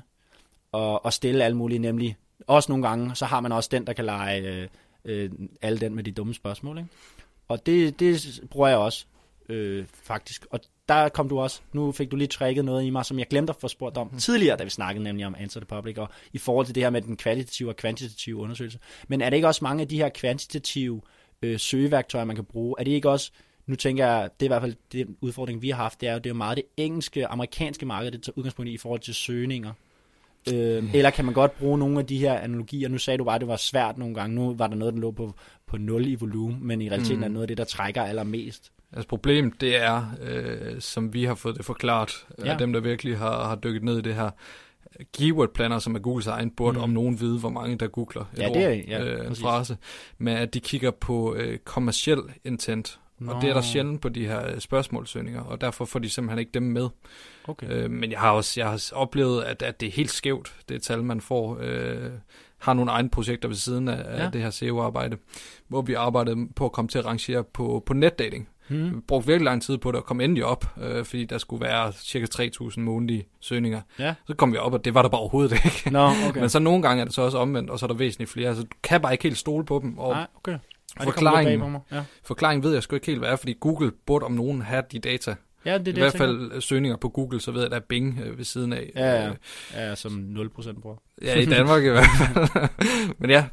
Speaker 2: og stille alle mulige, nemlig også nogle gange, så har man også den, der kan lege alle den med de dumme spørgsmål, ikke? Og det bruger jeg også, faktisk. Og der kom du også, nu fik du lige tricket noget i mig, som jeg glemte at få spurgt om tidligere, da vi snakkede nemlig om Answer the Public, og i forhold til det her med den kvalitative og kvantitative undersøgelse. Men er det ikke også mange af de her kvantitative søgeværktøjer, man kan bruge? Er det ikke også, nu tænker jeg, det er i hvert fald den udfordring, vi har haft, det er jo meget det engelske, amerikanske marked, det tager udgangspunkt i forhold til søgninger. Eller kan man godt bruge nogle af de her analogier? Nu sagde du bare, at det var svært nogle gange. Nu var der noget, der lå på 0 i volumen, men i realiteten er noget af det, der trækker allermest.
Speaker 1: Altså problemet, det er, som vi har fået det forklaret, dem der virkelig har dykket ned i det her, keyword-planner, som er Googles egen, burde om nogen vide, hvor mange der googler en frase, men at de kigger på kommerciel intent, og det er der sjældent på de her spørgsmålsøgninger, og derfor får de simpelthen ikke dem med.
Speaker 2: Okay.
Speaker 1: Men jeg har oplevet, at det er helt skævt, det tal, man får. Har nogle egne projekter ved siden af det her SEO-arbejde, hvor vi arbejdede på at komme til at rangere på netdating. Vi brugte virkelig lang tid på det, og kom endelig op, fordi der skulle være cirka 3.000 månedlige søgninger. Ja. Så kom vi op, og det var der bare overhovedet ikke.
Speaker 2: Okay.
Speaker 1: Men så nogle gange er det så også omvendt, og så er der væsentligt flere, så du kan bare ikke helt stole på dem. Og
Speaker 2: okay.
Speaker 1: Forklaringen ved jeg sgu ikke helt, hvad er, fordi Google burde om nogen have de data.
Speaker 2: Ja, det er
Speaker 1: i hvert fald søgninger på Google, så ved jeg, at der er Bing ved siden af.
Speaker 2: Ja, som 0% bruger.
Speaker 1: Ja, i Danmark i hvert fald. Men ja.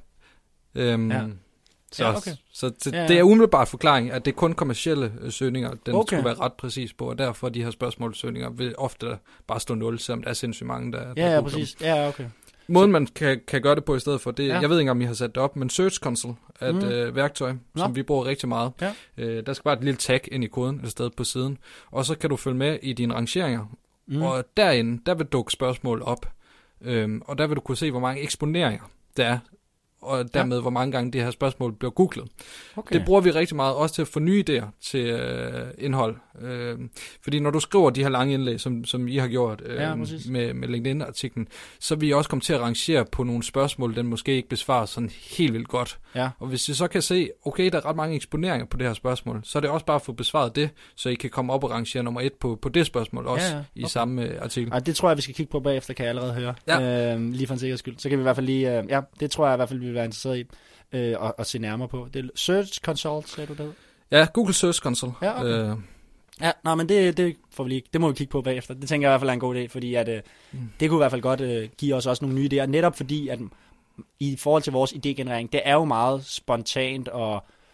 Speaker 1: Så det er umiddelbart forklaring, at det er kun kommercielle søgninger, den skulle være ret præcis på, og derfor de her spørgsmålssøgninger vil ofte bare stå 0, selvom der er sindssygt mange, der
Speaker 2: ja, præcis. Ja, okay.
Speaker 1: Måden man kan gøre det på i stedet for, det jeg ved ikke, om I har sat det op, men Search Console er et værktøj, som vi bruger rigtig meget. Ja. Der skal bare et lille tag ind i koden et sted på siden, og så kan du følge med i dine rangeringer, og derinde, der vil dukke spørgsmål op, og der vil du kunne se, hvor mange eksponeringer der er, og dermed hvor mange gange det her spørgsmål bliver googlet. Okay. Det bruger vi rigtig meget, også til at få nye idéer til indhold. Fordi når du skriver de her lange indlæg, som I har gjort med LinkedIn-artiklen, så vil I også komme til at rangere på nogle spørgsmål, den måske ikke besvarer sådan helt vildt godt. Ja. Og hvis I så kan se, okay, der er ret mange eksponeringer på det her spørgsmål, så er det også bare at få besvaret det, så I kan komme op og rangere nummer 1 på det spørgsmål også i samme artikel.
Speaker 2: Ej, det tror jeg, vi skal kigge på bagefter, kan jeg allerede høre. Ja. Lige for en sikkerheds skyld. Så kan vi i hvert fald lige, det tror jeg i hvert fald, vi vil være interesseret i at se nærmere på. Det er Search Console, sagde du det?
Speaker 1: Ja, Google Search Console.
Speaker 2: Ja, okay. Men det får vi lige, det må vi kigge på bagefter. Det tænker jeg i hvert fald er en god idé, fordi at, det kunne i hvert fald godt give os også nogle nye idéer, netop fordi, at i forhold til vores idégenerering, det er jo meget spontant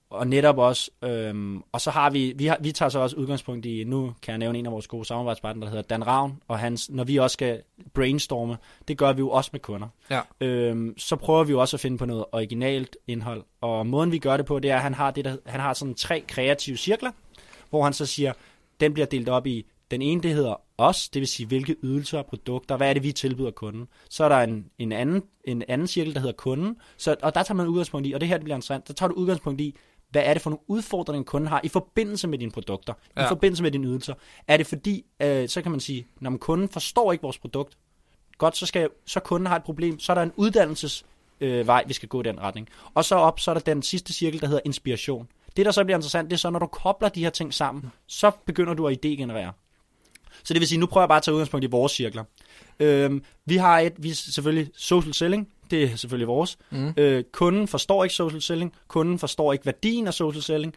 Speaker 2: Og netop også, og så har vi tager så også udgangspunkt i, nu kan jeg nævne en af vores gode samarbejdspartnere, der hedder Dan Ravn, og når vi også skal brainstorme, det gør vi jo også med kunder.
Speaker 1: Ja.
Speaker 2: Så prøver vi jo også at finde på noget originalt indhold, og måden vi gør det på, det er, at han har sådan 3 kreative cirkler, hvor han så siger, den bliver delt op i, den ene det hedder os, det vil sige, hvilke ydelser og produkter, hvad er det, vi tilbyder kunden. Så er der en anden cirkel, der hedder kunden, og der tager man udgangspunkt i, og det her det bliver interessant, der tager du udgangspunkt i, hvad er det for nogle udfordringer, kunden har i forbindelse med dine produkter, i forbindelse med dine ydelser. Er det fordi, så kan man sige, når kunden forstår ikke vores produkt, godt, så kunden har et problem, så er der en uddannelsesvej, vi skal gå i den retning. Og så er der den sidste cirkel, der hedder inspiration. Det, der så bliver interessant, det er så, når du kobler de her ting sammen, så begynder du at idégenerere. Så det vil sige, nu prøver jeg bare at tage udgangspunkt i vores cirkler. Vi har selvfølgelig social selling, det er selvfølgelig vores. Kunden forstår ikke social selling, kunden forstår ikke værdien af social selling,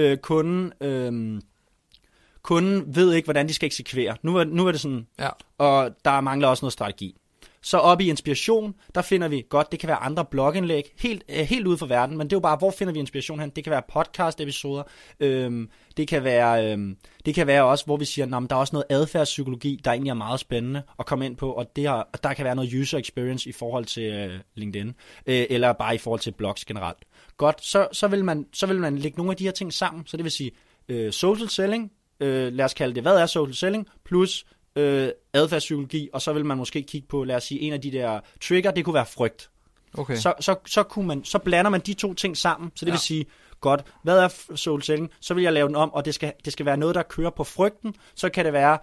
Speaker 2: kunden ved ikke, hvordan de skal eksekvere. Nu er det sådan, og der mangler også noget strategi. Så oppe i inspiration, der finder vi godt, det kan være andre blogindlæg, helt ude for verden, men det er jo bare, hvor finder vi inspiration hen? Det kan være podcast-episoder, det kan være også, hvor vi siger, der er også noget adfærdspsykologi, der egentlig er meget spændende at komme ind på, og der kan være noget user experience i forhold til LinkedIn, eller bare i forhold til blogs generelt. Godt, så vil man lægge nogle af de her ting sammen, så det vil sige social selling, lad os kalde det, hvad er social selling, plus adfærdspsykologi, og så vil man måske kigge på, lad os sige, en af de der trigger, det kunne være frygt.
Speaker 1: Okay.
Speaker 2: Så blander man de 2 ting sammen, så det vil sige, godt, hvad er social selling? Så vil jeg lave den om, og det skal være noget, der kører på frygten. Så kan det være,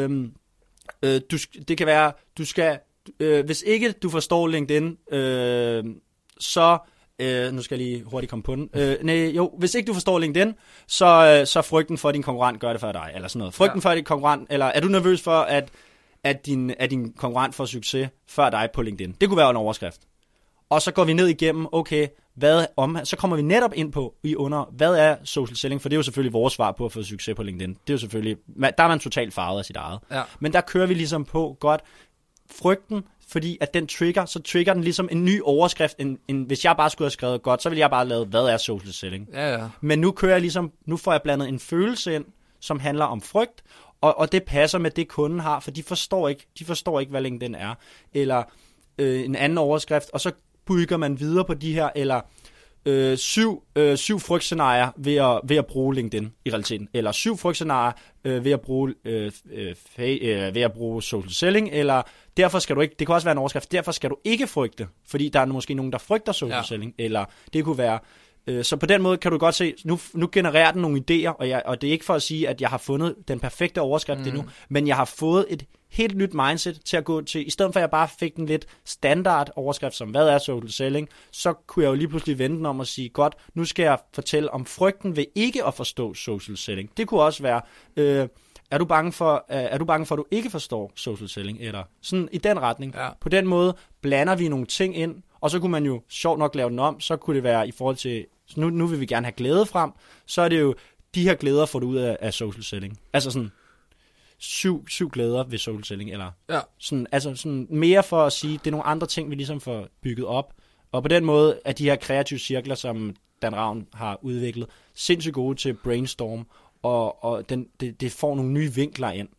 Speaker 2: hvis ikke du forstår LinkedIn, så nu skal jeg lige hurtigt komme på den. Hvis ikke du forstår LinkedIn, så frygten for, at din konkurrent gør det for dig, eller sådan noget. Frygten for, at din konkurrent, eller er du nervøs for, at din konkurrent får succes før dig på LinkedIn? Det kunne være en overskrift. Og så går vi ned igennem, okay, så kommer vi netop ind på hvad er social selling, for det er jo selvfølgelig vores svar på at få succes på LinkedIn. Det er jo selvfølgelig, der er man totalt farvet af sit eget. Ja. Men der kører vi ligesom på, godt, frygten, fordi at den så trigger den ligesom en ny overskrift, hvis jeg bare skulle have skrevet godt, så ville jeg bare lave, hvad er social selling?
Speaker 1: Ja. Men
Speaker 2: nu kører jeg ligesom, nu får jeg blandet en følelse ind, som handler om frygt, og det passer med det, kunden har, for de forstår ikke, hvad LinkedIn er. Eller en anden overskrift, og så bygger man videre på de her, eller 7 frygtscenarier ved at bruge LinkedIn i realiteten, eller 7 frygtscenarier ved at bruge social selling, eller derfor skal du ikke, det kan også være en overskrift, derfor skal du ikke frygte, fordi der er måske nogen, der frygter social selling, eller det kunne være, så på den måde kan du godt se, nu genererer den nogle idéer, og det er ikke for at sige, at jeg har fundet den perfekte overskrift endnu, men jeg har fået et helt nyt mindset til at gå til, i stedet for at jeg bare fik den lidt standard overskrift som, hvad er social selling, så kunne jeg jo lige pludselig vende den om og sige, godt, nu skal jeg fortælle om frygten ved ikke at forstå social selling. Det kunne også være, er du bange for, at du ikke forstår social selling, eller sådan i den retning. Ja. På den måde blander vi nogle ting ind, og så kunne man jo sjovt nok lave den om, så kunne det være i forhold til, nu vil vi gerne have glæde frem, så er det jo, de her glæder får du ud af social selling. Altså sådan, 7 glæder ved social selling, eller sådan mere for at sige, det er nogle andre ting, vi ligesom får bygget op, og på den måde er de her kreative cirkler, som Dan Ravn har udviklet, sindssygt gode til brainstorm, og det får nogle nye vinkler ind.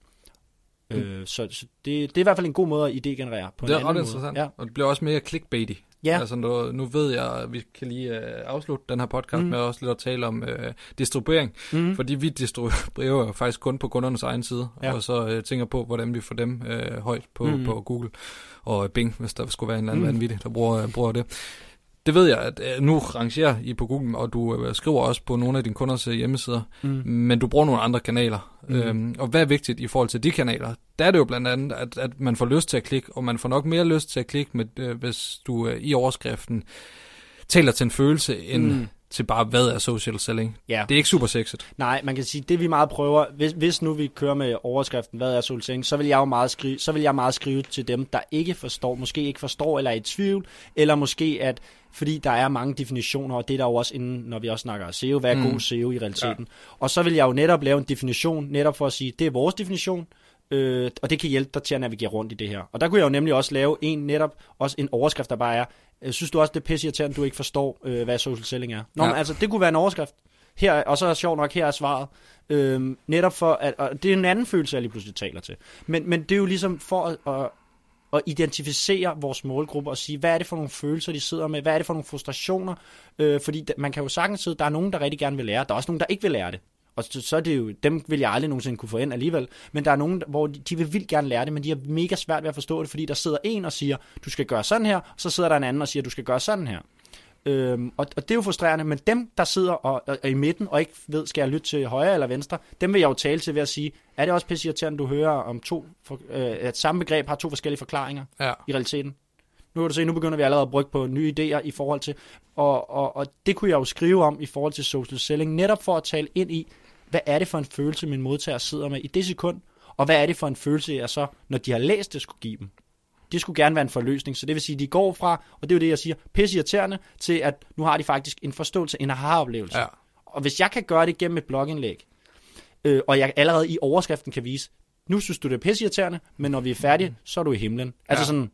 Speaker 2: Så det er i hvert fald en god måde at idégenerere på en anden måde. Det er ret interessant,
Speaker 1: og det bliver også mere clickbaity. Ja. Altså nu ved jeg, at vi kan lige afslutte den her podcast med også lidt at tale om distribuering, fordi vi distribuerer jo faktisk kun på kundernes egen side, og så tænker på, hvordan vi får dem højt på Google og Bing, hvis der skulle være en eller anden vanvittig, der bruger det. Det ved jeg, at nu rangerer I på Google, og du skriver også på nogle af dine kunders hjemmesider, men du bruger nogle andre kanaler. Og hvad er vigtigt i forhold til de kanaler? Der er det jo blandt andet, at man får lyst til at klikke, og man får nok mere lyst til at klikke, hvis du i overskriften taler til en følelse, end til bare, hvad er social selling. Yeah. Det er ikke super sexet.
Speaker 2: Nej, man kan sige, det vi meget prøver, hvis nu vi kører med overskriften, hvad er social selling, så vil jeg meget skrive til dem, der ikke forstår, måske ikke forstår, eller er i tvivl, eller måske fordi der er mange definitioner, og det er der jo også inden, når vi også snakker SEO, hvad er god SEO i realiteten. Ja. Og så vil jeg jo netop lave en definition, netop for at sige, det er vores definition, og det kan hjælpe dig til at navigere rundt i det her. Og der kunne jeg jo nemlig også lave også en overskrift, der bare er, synes du også, det er pisseirriterende, at du ikke forstår, hvad social selling er? Men altså, det kunne være en overskrift. her, og så er sjovt nok, her er svaret. Netop for, og det er en anden følelse, jeg lige pludselig taler til. Men det er jo ligesom for at identificere vores målgrupper og sige, hvad er det for nogle følelser, de sidder med, hvad er det for nogle frustrationer, fordi man kan jo sagtens sige, der er nogen, der rigtig gerne vil lære, der er også nogen, der ikke vil lære det. Og så er det jo, dem vil jeg aldrig nogensinde kunne få ind alligevel, men der er nogen, hvor de vil vildt gerne lære det, men de er mega svært ved at forstå det, fordi der sidder en og siger, du skal gøre sådan her, og så sidder der en anden og siger, du skal gøre sådan her. Og det er jo frustrerende, men dem, der sidder og er i midten og ikke ved, skal jeg lytte til højre eller venstre, dem vil jeg jo tale til ved at sige, er det også pisseirriterende, du hører om at samme begreb har 2 forskellige forklaringer i realiteten? Nu kan du se, nu begynder vi allerede at brygge på nye idéer i forhold til, og det kunne jeg jo skrive om i forhold til social selling, netop for at tale ind i, hvad er det for en følelse, min modtager sidder med i det sekund, og hvad er det for en følelse, jeg så, når de har læst det, skulle give dem. Det skulle gerne være en forløsning, så det vil sige, at de går fra, og det er jo det, jeg siger, pisseirriterende, til at nu har de faktisk en forståelse, en aha-oplevelse. Ja. Og hvis jeg kan gøre det gennem et blogindlæg, og jeg allerede i overskriften kan vise, nu synes du, det er pisseirriterende, men når vi er færdige, så er du i himlen. Altså sådan,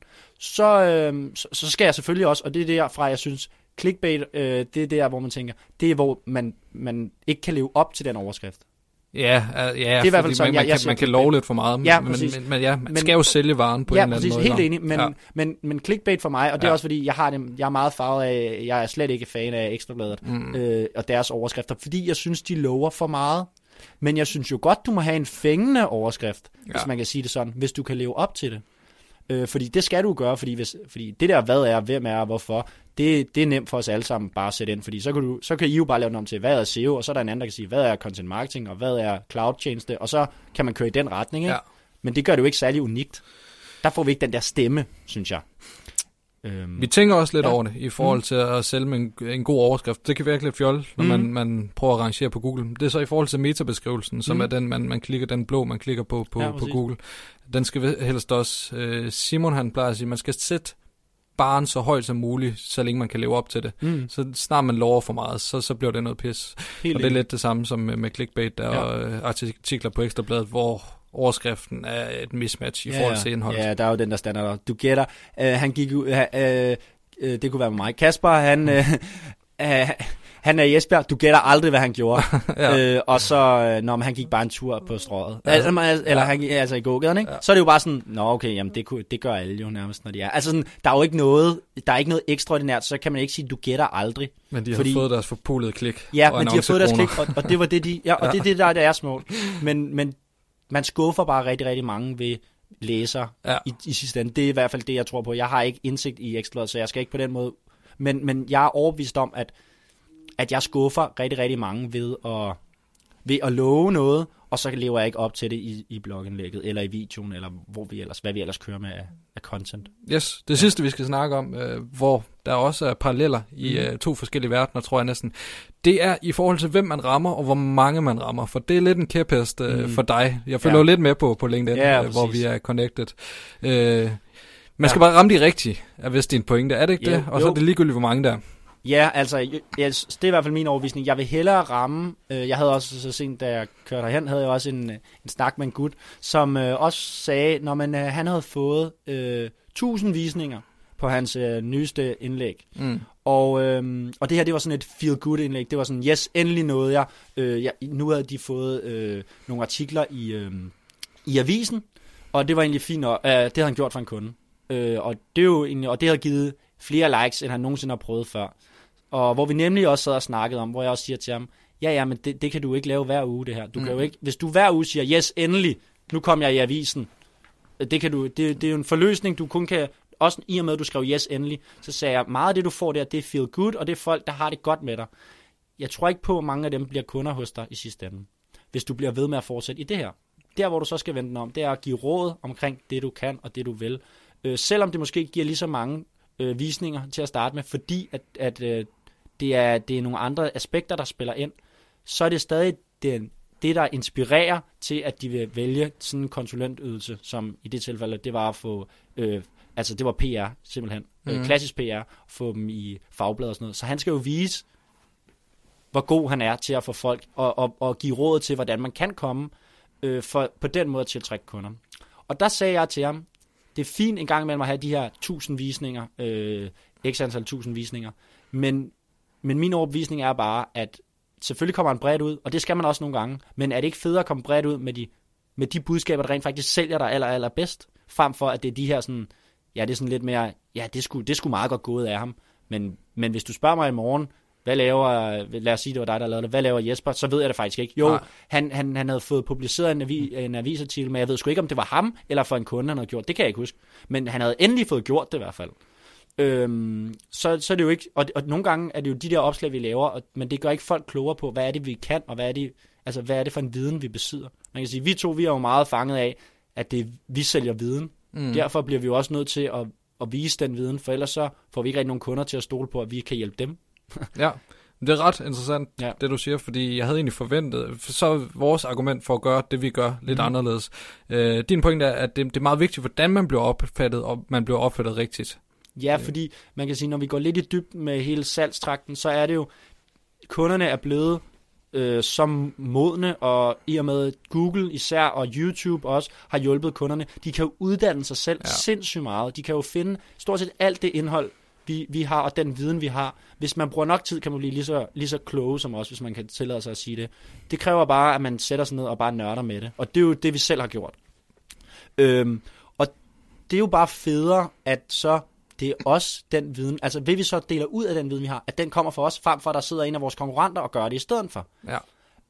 Speaker 2: så skal jeg selvfølgelig også, og det er derfra, jeg synes, clickbait, det er der, hvor man tænker, det er, hvor man ikke kan leve op til den overskrift.
Speaker 1: Ja, det er i hvert fald sådan, man kan love lidt for meget, man skal jo sælge varen på en eller anden måde. Ja,
Speaker 2: præcis, helt enig, men clickbait for mig, og det er også fordi, jeg er meget farvet af, jeg er slet ikke fan af Ekstrabladet og deres overskrifter, fordi jeg synes, de lover for meget. Men jeg synes jo godt, du må have en fængende overskrift, hvis man kan sige det sådan, hvis du kan leve op til det. Fordi det skal du gøre, fordi det der, hvad er, hvem er, hvorfor, det er nemt for os alle sammen bare at sætte ind, fordi så kan I jo bare lave den om til, hvad er SEO, og så er der en anden, der kan sige, hvad er content marketing, og hvad er cloud-tjeneste, og så kan man køre i den retning, ikke? Ja. Men det gør det jo ikke særlig unikt. Der får vi ikke den der stemme, synes jeg.
Speaker 1: Vi tænker også lidt over det, i forhold til at sælge med en god overskrift. Det kan virke lidt fjol, når man prøver at rangere på Google. Det er så i forhold til metabeskrivelsen, som er den, man klikker, den blå, man klikker på Google. Den skal helst også, Simon han plejer at sige, man skal sætte barren så højt som muligt, så længe man kan leve op til det. Så snart man lover for meget, så bliver det noget pis. Helt og det er lidt det samme som med clickbait og artikler på Ekstrabladet, hvor overskriften er et mismatch i forhold til indholdet. Ja,
Speaker 2: der er jo den der standard. Du gætter, han gik ud, det kunne være med mig. Kasper, han er i Esbjerg, du gætter aldrig, hvad han gjorde. Og så, når han gik bare en tur på strøget. Eller han gik altså i gågaden, ikke? Så er det jo bare sådan, okay, jamen det gør alle jo nærmest, når de er. Altså sådan, der er ikke noget ekstraordinært, så kan man ikke sige, du gætter aldrig.
Speaker 1: Men de har fået deres forpulede klik.
Speaker 2: Ja, men de har fået deres klik, og det var det, og det er det, der er deres mål. Men man skuffer bare rigtig, rigtig mange ved læser i sidste ende. Det er i hvert fald det, jeg tror på. Jeg har ikke indsigt i Ekstrabladet, så jeg skal ikke på den måde. Men jeg er overbevist om, at jeg skuffer rigtig, rigtig mange ved at love noget, og så lever jeg ikke op til det i blogindlægget, eller i videoen, eller hvad vi ellers kører med af content.
Speaker 1: Yes, det sidste vi skal snakke om, hvor der også er paralleller i 2 forskellige verdener, tror jeg næsten, det er i forhold til, hvem man rammer, og hvor mange man rammer, for det er lidt en kæphest for dig. Jeg følger jo lidt med på LinkedIn, hvor vi er connected. Man skal bare ramme de rigtige, hvis det er en pointe, er det ikke det? Og så er det ligegyldigt, hvor mange der er.
Speaker 2: Ja, altså, det er i hvert fald min overbevisning. Jeg vil hellere ramme, jeg havde også så sent, da jeg kørte herhen, havde jeg også en snak med en gut, som også sagde, når han havde fået 1000 visninger på hans nyeste indlæg. Og det her, det var sådan et feel-good indlæg. Det var sådan, yes, endelig nåede jeg. Nu havde de fået nogle artikler i avisen, og det var egentlig fint, og det havde han gjort for en kunde. Og det er jo egentlig, og det havde givet flere likes, end han nogensinde har prøvet før. Og hvor vi nemlig også sad og snakkede om, hvor jeg også siger til ham, men det kan du ikke lave hver uge, det her. Du kan jo ikke, hvis du hver uge siger, yes, endelig, nu kom jeg i avisen, det er jo en forløsning, du kun kan, også i og med, at du skrev yes, endelig, så sagde jeg, meget af det, du får der, det er feel good, og det er folk, der har det godt med dig. Jeg tror ikke på, at mange af dem bliver kunder hos dig i sidste ende, hvis du bliver ved med at fortsætte i det her. Der, hvor du så skal vende den om, det er at give råd omkring det, du kan, og det, du vil. Selvom det måske giver lige så mange visninger til at starte med, fordi at det er nogle andre aspekter, der spiller ind, så er det stadig det, der inspirerer til, at de vil vælge sådan en konsulentydelse, som i det tilfælde, det var at få, det var PR simpelthen, klassisk PR, få dem i fagblad og sådan noget. Så han skal jo vise, hvor god han er til at få folk, og give råd til, hvordan man kan komme, for på den måde at tiltrække kunder. Og der sagde jeg til ham, det er fint en gang imellem at have de her 1000 visninger, x antal 1000 visninger, men min overbevisning er bare, at selvfølgelig kommer han bredt ud, og det skal man også nogle gange, men er det ikke federe at komme bredt ud med de budskaber, der rent faktisk sælger dig aller bedst, frem for at det er de her sådan, ja, det er sådan lidt mere, ja, det skulle meget godt gået af ham, men hvis du spørger mig i morgen, hvad laver, lad os sige, det var dig, der lavede det, hvad laver Jesper, så ved jeg det faktisk ikke. Jo, han havde fået publiceret en avisartikel, men jeg ved sgu ikke, om det var ham, eller for en kunde, han havde gjort, det kan jeg ikke huske, men han havde endelig fået gjort det i hvert fald. Så er det jo ikke, og nogle gange er det jo de der opslag, vi laver, men det gør ikke folk klogere på, hvad er det, vi kan, og hvad er det for en viden, vi besidder. Man kan sige, vi er jo meget fanget af, at vi sælger viden. Derfor bliver vi jo også nødt til at vise den viden, for ellers så får vi ikke rigtig nogen kunder til at stole på, at vi kan hjælpe dem.
Speaker 1: Ja, det er ret interessant, det du siger, fordi jeg havde egentlig forventet, så er vores argument for at gøre det, vi gør, lidt anderledes. Din pointe er, at det er meget vigtigt, hvordan man bliver opfattet, og man bliver opfattet rigtigt.
Speaker 2: Ja, fordi man kan sige, når vi går lidt i dybden med hele salgstrakten, så er det jo, kunderne er blevet som modne, og i og med Google især, og YouTube også, har hjulpet kunderne. De kan jo uddanne sig selv sindssygt meget. De kan jo finde stort set alt det indhold, vi har, og den viden, vi har. Hvis man bruger nok tid, kan man blive lige så kloge som os, hvis man kan tillade sig at sige det. Det kræver bare, at man sætter sig ned og bare nørder med det. Og det er jo det, vi selv har gjort. Og det er jo bare federe, at så det er også den viden, altså vil vi så dele ud af den viden, vi har, at den kommer fra os, frem for at der sidder en af vores konkurrenter og gør det i stedet for.
Speaker 1: Ja.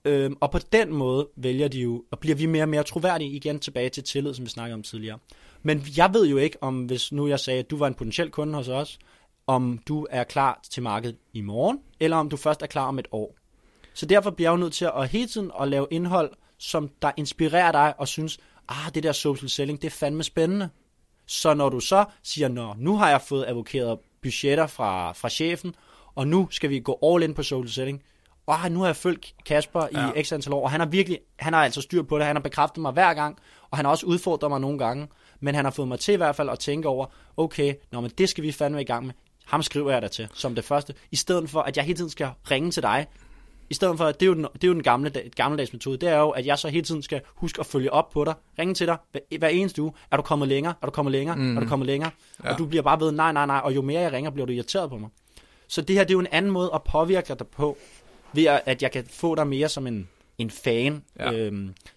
Speaker 2: Og på den måde vælger de jo, og bliver vi mere og mere troværdige, igen tilbage til tillid, som vi snakkede om tidligere. Men jeg ved jo ikke, om hvis nu jeg sagde, at du var en potentiel kunde hos os, om du er klar til markedet i morgen, eller om du først er klar om et år. Så derfor bliver jeg jo nødt til at hele tiden at lave indhold, som der inspirerer dig og synes, det der social selling, det er fandme spændende. Så når du så siger, nu har jeg fået advokeret budgetter fra chefen, og nu skal vi gå all in på social selling, nu har jeg følgt Kasper i x antal år, og han har altså styr på det, han har bekræftet mig hver gang, og han har også udfordret mig nogle gange, men han har fået mig til i hvert fald at tænke over, okay, men det skal vi fandme i gang med, ham skriver jeg der til, som det første, i stedet for, at jeg hele tiden skal ringe til dig, i stedet for, at det er jo den gammeldags metode, det er jo, at jeg så hele tiden skal huske at følge op på dig, ringe til dig hver eneste uge, er du kommet længere, er du kommet længere, og du bliver bare ved, nej, og jo mere jeg ringer, bliver du irriteret på mig. Så det her, det er jo en anden måde at påvirke dig på, ved at jeg kan få dig mere som en fan. Ja.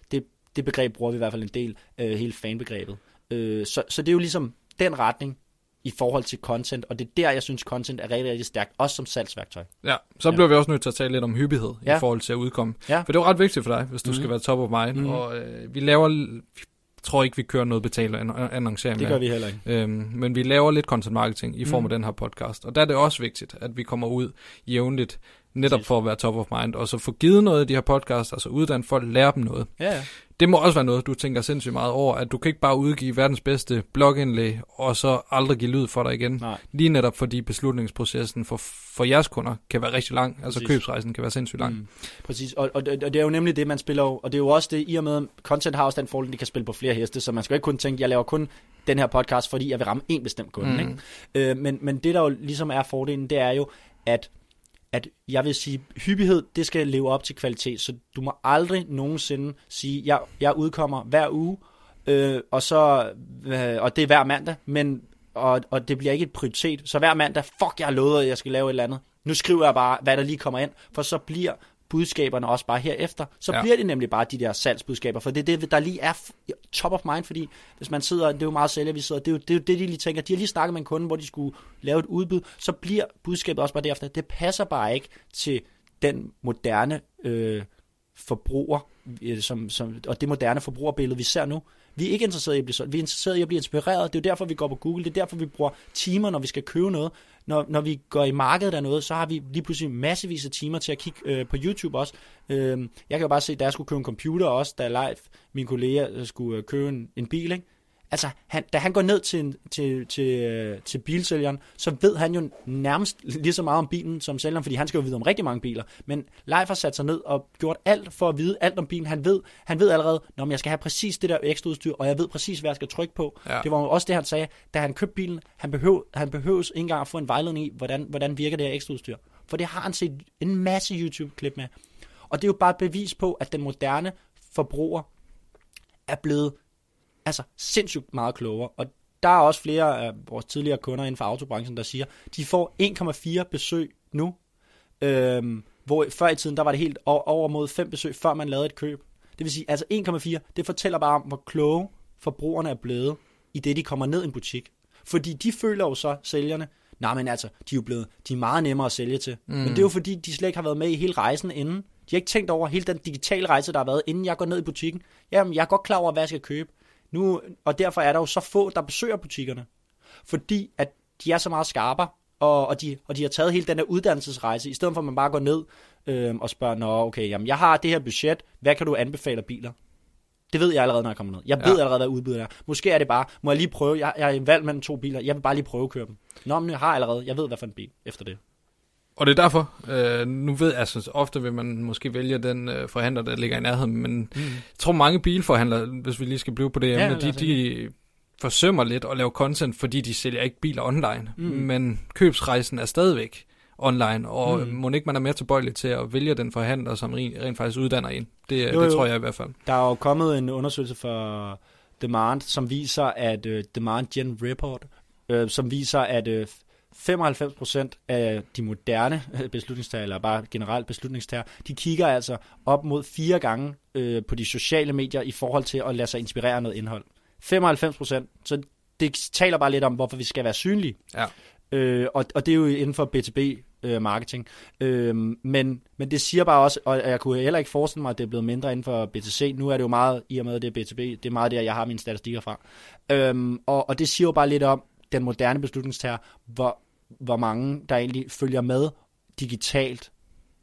Speaker 2: Det begreb bruger vi i hvert fald en del, hele fanbegrebet. Så det er jo ligesom den retning, i forhold til content, og det er der, jeg synes, content er rigtig, rigtig stærkt, også som salgsværktøj. Ja,
Speaker 1: så bliver vi også nødt til at tale lidt om hyppighed i forhold til at udkomme. Ja. For det er jo ret vigtigt for dig, hvis du skal være top of mind, og vi tror ikke, vi kører noget betalt annoncering.
Speaker 2: Det gør vi heller ikke.
Speaker 1: Men vi laver lidt content marketing i form af den her podcast, og der er det også vigtigt, at vi kommer ud jævnligt, netop for at være top of mind, og så få givet noget af de her podcasts, altså uddanne folk, lære dem noget.
Speaker 2: Ja.
Speaker 1: Det må også være noget, du tænker sindssygt meget over, at du kan ikke bare udgive verdens bedste blogindlæg, og så aldrig give lyd for dig igen.
Speaker 2: Nej.
Speaker 1: Lige netop fordi beslutningsprocessen for jeres kunder kan være rigtig lang, altså købsrejsen kan være sindssygt lang.
Speaker 2: Præcis, og det er jo nemlig det, man spiller, og det er jo også det, i og med Content House, den fordel, de kan spille på flere heste, så man skal ikke kun tænke, jeg laver kun den her podcast, fordi jeg vil ramme en bestemt kunde. Ikke? Men det, der jo ligesom er fordelen, det er jo, at jeg vil sige, hyppighed, det skal leve op til kvalitet, så du må aldrig nogensinde sige, jeg udkommer hver uge, og det er hver mandag, og det bliver ikke et prioritet, så hver mandag, jeg har lovet, at jeg skal lave et eller andet. Nu skriver jeg bare, hvad der lige kommer ind, for så bliver budskaberne også bare herefter, så bliver det nemlig bare de der salgsbudskaber, for det er det, der lige er top of mind, fordi hvis man sidder, det er jo meget sælger, vi sidder, det er jo det, de lige tænker, de har lige snakket med en kunde, hvor de skulle lave et udbud, så bliver budskabet også bare derefter. Det passer bare ikke til den moderne forbruger, og det moderne forbrugerbillede, vi ser nu. Vi er ikke interesseret i at blive solgt, vi er interesseret i at blive inspireret, det er jo derfor, vi går på Google, det er derfor, vi bruger timer, når vi skal købe noget. Når vi går i markedet af noget, så har vi lige pludselig massevis af timer til at kigge på YouTube også. Jeg kan jo bare se, da jeg skulle købe en computer også, da Leif, min kollega, skulle købe en bil, ikke? Altså, da han går ned til bilsælgeren, så ved han jo nærmest lige så meget om bilen som sælgeren, fordi han skal jo vide om rigtig mange biler. Men Leif har sat sig ned og gjort alt for at vide alt om bilen. Han ved allerede, når jeg skal have præcis det der ekstra udstyr, og jeg ved præcis, hvad jeg skal trykke på. Ja. Det var jo også det, han sagde, da han købte bilen. Han behøves ikke engang at få en vejledning i, hvordan virker det her ekstra udstyr. For det har han set en masse YouTube-klip med. Og det er jo bare et bevis på, at den moderne forbruger er blevet sindssygt meget klogere, og der er også flere af vores tidligere kunder inden for autobranchen, der siger, de får 1,4 besøg nu hvor før i tiden, der var det helt over mod 5 besøg, før man lavede et køb. Det vil sige, altså 1,4, det fortæller bare om, hvor kloge forbrugerne er blevet, i det de kommer ned i en butik. Fordi de føler jo så, sælgerne, nej, men altså, de er meget nemmere at sælge til. Men det er jo fordi, de slet ikke har været med i hele rejsen inden. De har ikke tænkt over hele den digitale rejse, der har været, inden jeg går ned i butikken. Jamen, jeg er godt klar over, hvad jeg skal købe. Nu, og derfor er der jo så få, der besøger butikkerne. Fordi at de er så meget skarpere, og de har taget hele den der uddannelsesrejse, i stedet for at man bare går ned og spørger, nå okay, jamen, jeg har det her budget, hvad kan du anbefale af biler? Det ved jeg allerede, når jeg kommer ned. Jeg ved allerede, hvad udbydet er. Måske er det bare, må jeg lige prøve, jeg er valgt mellem 2 biler, jeg vil bare lige prøve at køre dem. Nå, men jeg har allerede, jeg ved, hvad for en bil efter det.
Speaker 1: Og det er derfor, nu ved jeg, altså ofte vil man måske vælge den forhandler, der ligger i nærheden, men jeg tror mange bilforhandlere, hvis vi lige skal blive på det emne, de forsømmer lidt at lave content, fordi de sælger ikke biler online, men købsrejsen er stadigvæk online, og må ikke man er mere tilbøjelig til at vælge den forhandler, som rent faktisk uddanner en. Det tror jeg i hvert fald. Der
Speaker 2: er jo kommet en undersøgelse for Demand, som viser, at Demand Gen Report, som viser, at 95% af de moderne beslutningstager, eller bare generelt beslutningstager, de kigger altså op mod 4 gange på de sociale medier i forhold til at lade sig inspirere af noget indhold. 95%. Så det taler bare lidt om, hvorfor vi skal være synlige. Ja. Og det er jo inden for B2B marketing. Men det siger bare også, og jeg kunne heller ikke forestille mig, at det er blevet mindre inden for B2C. Nu er det jo meget, i og med det er B2B, det er meget der, jeg har mine statistikker fra. Og det siger jo bare lidt om den moderne beslutningstager, hvor mange der egentlig følger med digitalt,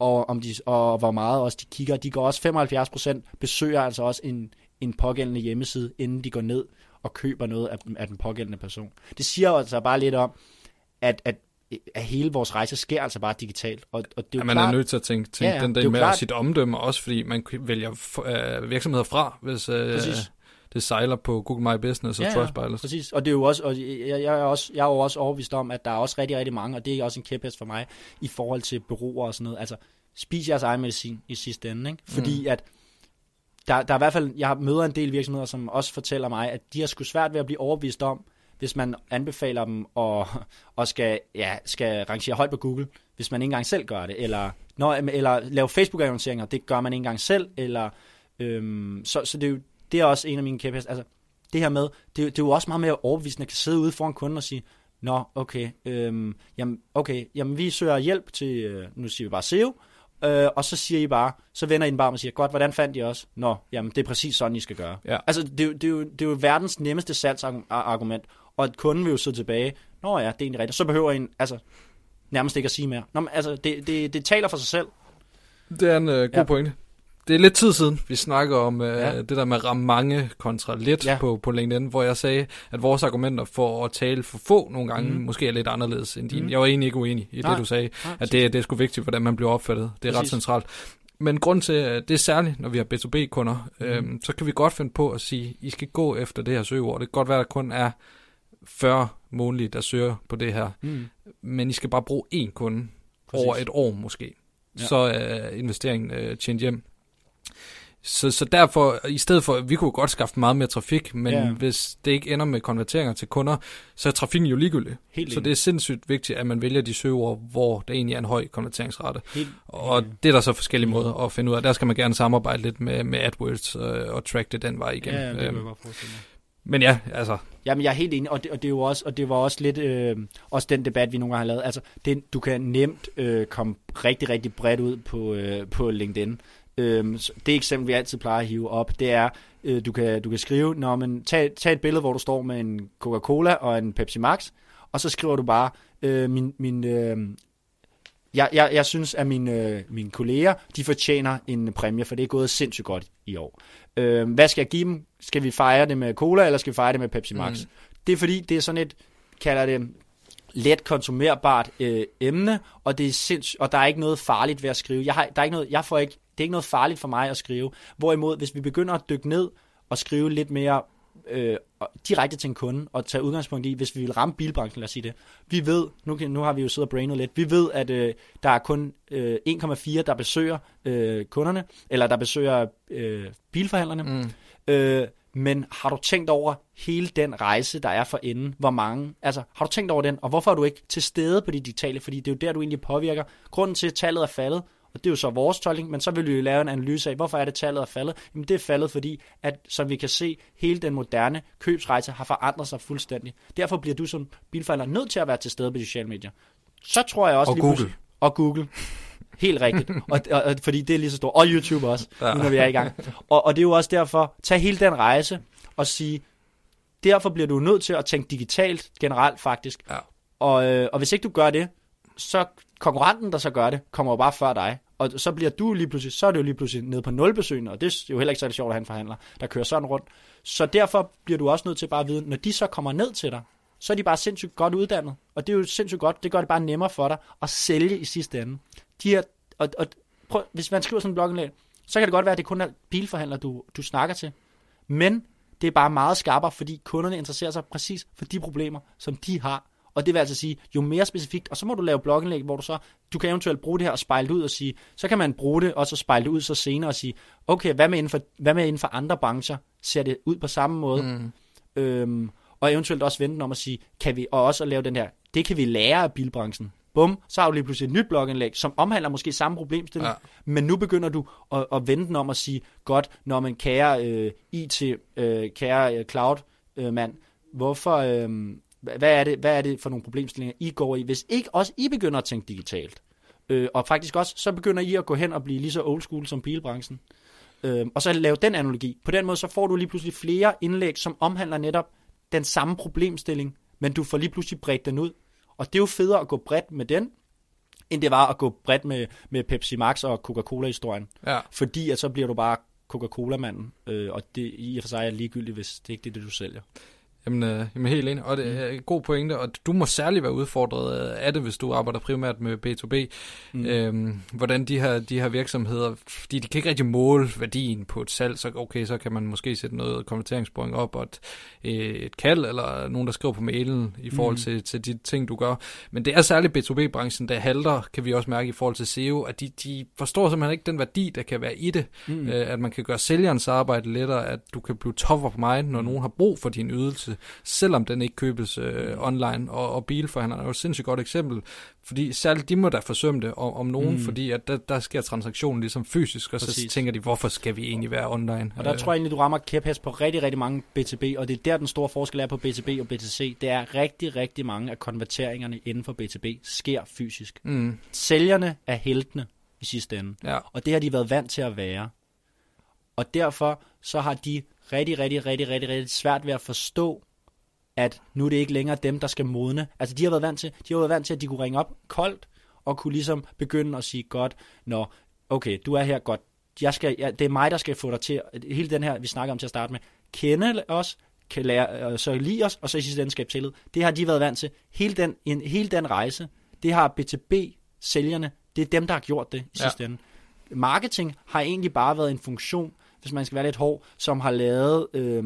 Speaker 2: og hvor meget også de kigger. De går også 75% besøger altså også en pågældende hjemmeside, inden de går ned og køber noget af den pågældende person. Det siger altså bare lidt om, at hele vores rejse sker altså bare digitalt. Og det er jo
Speaker 1: man
Speaker 2: klart,
Speaker 1: er nødt til at tænke den del med sit omdømme, også fordi man vælger virksomheder fra, hvis det sejler på Google My Business og Trustpilot.
Speaker 2: Præcis, og det er jo også, og jeg er jo også overbevist om, at der er også rigtig, rigtig mange, og det er også en kæphest for mig, i forhold til bureauer og sådan noget. Altså, spis jeres egen medicin i sidste ende, ikke? Fordi at der er i hvert fald, jeg møder en del virksomheder, som også fortæller mig, at de har sgu svært ved at blive overbevist om, hvis man anbefaler dem og skal rangere højt på Google, hvis man ikke engang selv gør det, eller lave Facebook-annonceringer, det gør man ikke engang selv, eller så det er også en af mine kæpheste. Altså, det her med, det er jo også meget mere overbevisende, at kan sidde ude foran kunden og sige, nå, okay, jamen vi søger hjælp til, nu siger vi bare SEO, og så siger I bare, så vender I den bare og siger, godt, hvordan fandt I os? Nå, jamen det er præcis sådan, I skal gøre. Ja. Altså, det er jo verdens nemmeste salgsargument, og at kunden vil jo sidde tilbage, nå ja, det er egentlig rigtigt, så behøver I nærmest ikke at sige mere. Nå, men altså, det taler for sig selv.
Speaker 1: Det er en god pointe. Det er lidt tid siden, vi snakker om det der med at ramme mange kontra lidt på LinkedIn, hvor jeg sagde, at vores argumenter for at tale for få nogle gange måske er lidt anderledes end dine. Jeg var egentlig ikke uenig i det, du sagde, at det er sgu vigtigt, hvordan man bliver opfattet. Det er ret centralt. Men grund til, at det er særligt, når vi har B2B-kunder, så kan vi godt finde på at sige, I skal gå efter det her søgeord. Det kan godt være, at der kun er 40 månedlige, der søger på det her. Men I skal bare bruge én kunde over et år måske. Så er investeringen tjent hjem. Så derfor, i stedet for, vi kunne godt skaffe meget mere trafik, men hvis det ikke ender med konverteringer til kunder, så er trafikken jo ligegyldig. Så det er sindssygt vigtigt, at man vælger de søgeord, hvor der egentlig er en høj konverteringsrate. Og det er der så forskellige måder at finde ud af. Der skal man gerne samarbejde lidt med AdWords og track det den vej igen.
Speaker 2: Ja, det kan jeg godt forestille mig.
Speaker 1: Men ja, altså.
Speaker 2: Jamen, jeg er helt enig, og det er jo også, og det var også lidt, også den debat, vi nogle gange har lavet. Altså, du kan nemt komme rigtig, rigtig bredt ud på LinkedIn. Det eksempel, vi altid plejer at hive op, det er, du kan skrive, tag et billede, hvor du står med en Coca-Cola og en Pepsi Max, og så skriver du bare, jeg synes, at mine kolleger, de fortjener en præmie, for det er gået sindssygt godt i år. Hvad skal jeg give dem? Skal vi fejre det med cola, eller skal vi fejre det med Pepsi Max? Det er fordi, det er sådan et, kalder det, let konsumerbart emne, og det er sindssygt, og der er ikke noget farligt ved at skrive. Det er ikke noget farligt for mig at skrive. Hvorimod, hvis vi begynder at dykke ned og skrive lidt mere direkte til en kunde, og tage udgangspunkt i, hvis vi vil ramme bilbranchen, lad os sige det. Vi ved, nu har vi jo siddet og brainet lidt, vi ved, at der er kun 1,4, der besøger kunderne, eller der besøger bilforhandlerne. Men har du tænkt over hele den rejse, der er for enden? Hvor mange? Altså, har du tænkt over den? Og hvorfor er du ikke til stede på de digitale? Fordi det er jo der, du egentlig påvirker. Grunden til, at tallet er faldet, Og det er jo så vores tolkning, men så vil vi jo lave en analyse af, hvorfor er det tallet er faldet? Jamen det er faldet, fordi at, som vi kan se, hele den moderne købsrejse har forandret sig fuldstændig. Derfor bliver du som bilforhandler nødt til at være til stede på de sociale medier. Så tror jeg også... Og Google. Helt rigtigt. og fordi det er lige så stort. Og YouTube også, nu når vi er i gang. Og det er jo også derfor, tag hele den rejse og sige, derfor bliver du nødt til at tænke digitalt generelt faktisk. Ja. Og hvis ikke du gør det, så konkurrenten, der så gør det, kommer jo bare før dig. Og så bliver du lige pludselig, så er det jo lige pludselig nede på 0 besøgende, og det er jo heller ikke så sjovt at have en forhandler, der kører sådan rundt. Så derfor bliver du også nødt til bare at vide, når de så kommer ned til dig, så er de bare sindssygt godt uddannet. Og det er jo sindssygt godt, det gør det bare nemmere for dig at sælge i sidste ende. Prøv, hvis man skriver sådan en blogindlæg, så kan det godt være, at det kun er bilforhandler, du snakker til. Men det er bare meget skarpere, fordi kunderne interesserer sig præcis for de problemer, som de har. Og det vil altså sige, jo mere specifikt, og så må du lave blogindlæg, hvor du kan eventuelt bruge det her og spejle det ud og sige, så kan man bruge det, og så spejle det ud så senere og sige, okay, hvad med inden for andre brancher, ser det ud på samme måde? Og eventuelt også vente om at sige, og også at lave den her, det kan vi lære af bilbranchen. Bum, så har du lige pludselig et nyt blogindlæg, som omhandler måske samme problemstilling, men nu begynder du at vende den om at sige, godt, når man kære kære cloud-mand, hvorfor... Hvad er det for nogle problemstillinger, I går i, hvis ikke også I begynder at tænke digitalt? Og faktisk også, så begynder I at gå hen og blive lige så old school som bilbranchen. Og så lave den analogi. På den måde, så får du lige pludselig flere indlæg, som omhandler netop den samme problemstilling, men du får lige pludselig bredt den ud. Og det er jo federe at gå bredt med den, end det var at gå bredt med Pepsi Max og Coca-Cola-historien. Ja. Fordi at så bliver du bare Coca-Cola-manden, og det i og for sig er ligegyldigt, hvis det ikke er det, du sælger.
Speaker 1: Jamen helt enig, og det er en god pointe, og du må særligt være udfordret af det, hvis du arbejder primært med B2B. Hvordan de her virksomheder, fordi de kan ikke rigtig måle værdien på et salg, så okay, så kan man måske sætte noget konverteringspoint op, og et kald, eller nogen, der skriver på mailen i forhold til de ting, du gør. Men det er særligt B2B-branchen, der halter, kan vi også mærke i forhold til SEO, at de forstår simpelthen ikke den værdi, der kan være i det. At man kan gøre sælgerens arbejde lettere, at du kan blive top of mind, når nogen har brug for din ydelse, selvom den ikke købes online, og bilforhandlerne er jo et sindssygt godt eksempel, fordi særligt de må da forsømme det om nogen, fordi at der sker transaktionen ligesom fysisk, og så tænker de, hvorfor skal vi egentlig være online? Og
Speaker 2: der tror jeg egentlig, du rammer kæphest på rigtig, rigtig mange B2B, og det er der, den store forskel er på B2B og B2C. Det er rigtig, rigtig mange af konverteringerne inden for B2B sker fysisk. Sælgerne er heltene i sidste ende, og det har de været vant til at være. Og derfor så har de rigtig svært ved at forstå, at nu er det ikke længere dem, der skal modne. Altså de har været vant til, at de kunne ringe op koldt, og kunne ligesom begynde at sige, godt, okay, du er her godt. Det er mig, der skal få dig til, hele den her, vi snakker om til at starte med, kende os, kan lære, så lide os, og så i sidste ende skabe tillid. Det har de været vant til. Hele den rejse, det har B2B-sælgerne, det er dem, der har gjort det i sidste ende. Marketing har egentlig bare været en funktion, hvis man skal være lidt hård, som har lavet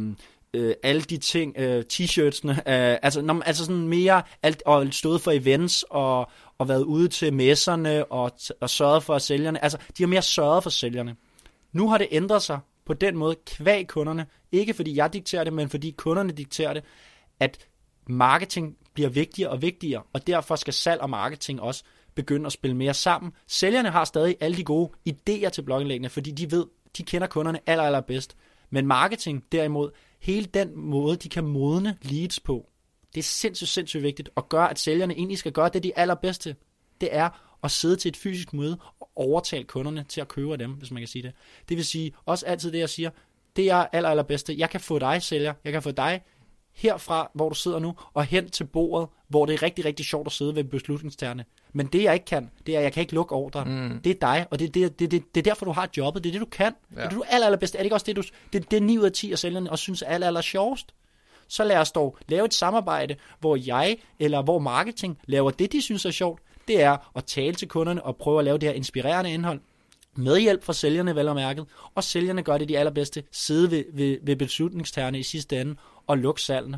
Speaker 2: alle de ting, t-shirtsene, altså sådan mere, og stået for events, og været ude til messerne, og sørget for sælgerne. Altså, de har mere sørget for sælgerne. Nu har det ændret sig på den måde, kvæg kunderne, ikke fordi jeg dikterer det, men fordi kunderne dikterer det, at marketing bliver vigtigere og vigtigere, og derfor skal salg og marketing også begynde at spille mere sammen. Sælgerne har stadig alle de gode idéer til blogindlæggene, fordi de kender kunderne allerbedst. Men marketing derimod, hele den måde, de kan modne leads på, det er sindssygt vigtigt, og gøre, at sælgerne egentlig skal gøre det, de er allerbedste. Det er at sidde til et fysisk møde og overtale kunderne til at købe dem, hvis man kan sige det. Det vil sige, også altid det, jeg siger, det er allerbedste. Jeg kan få dig, sælger, jeg kan få dig herfra, hvor du sidder nu, og hen til bordet, hvor det er rigtig sjovt at sidde ved beslutningstagerne. Men det, jeg ikke kan, det er, at jeg kan ikke lukke ordren. Det er dig, og det er derfor, du har jobbet. Det er det, du kan. Ja. Det er det, du allerbedste. Er det ikke også det, det er 9 ud af 10 af sælgerne også synes er aller sjovest? Så lad os dog lave et samarbejde, hvor jeg eller hvor marketing laver det, de synes er sjovt. Det er at tale til kunderne og prøve at lave det her inspirerende indhold. Med hjælp fra sælgerne, vel og mærket. Og sælgerne gør det de allerbedste. Sidde ved beslutningstagerne i sidste ende og lukke salgene.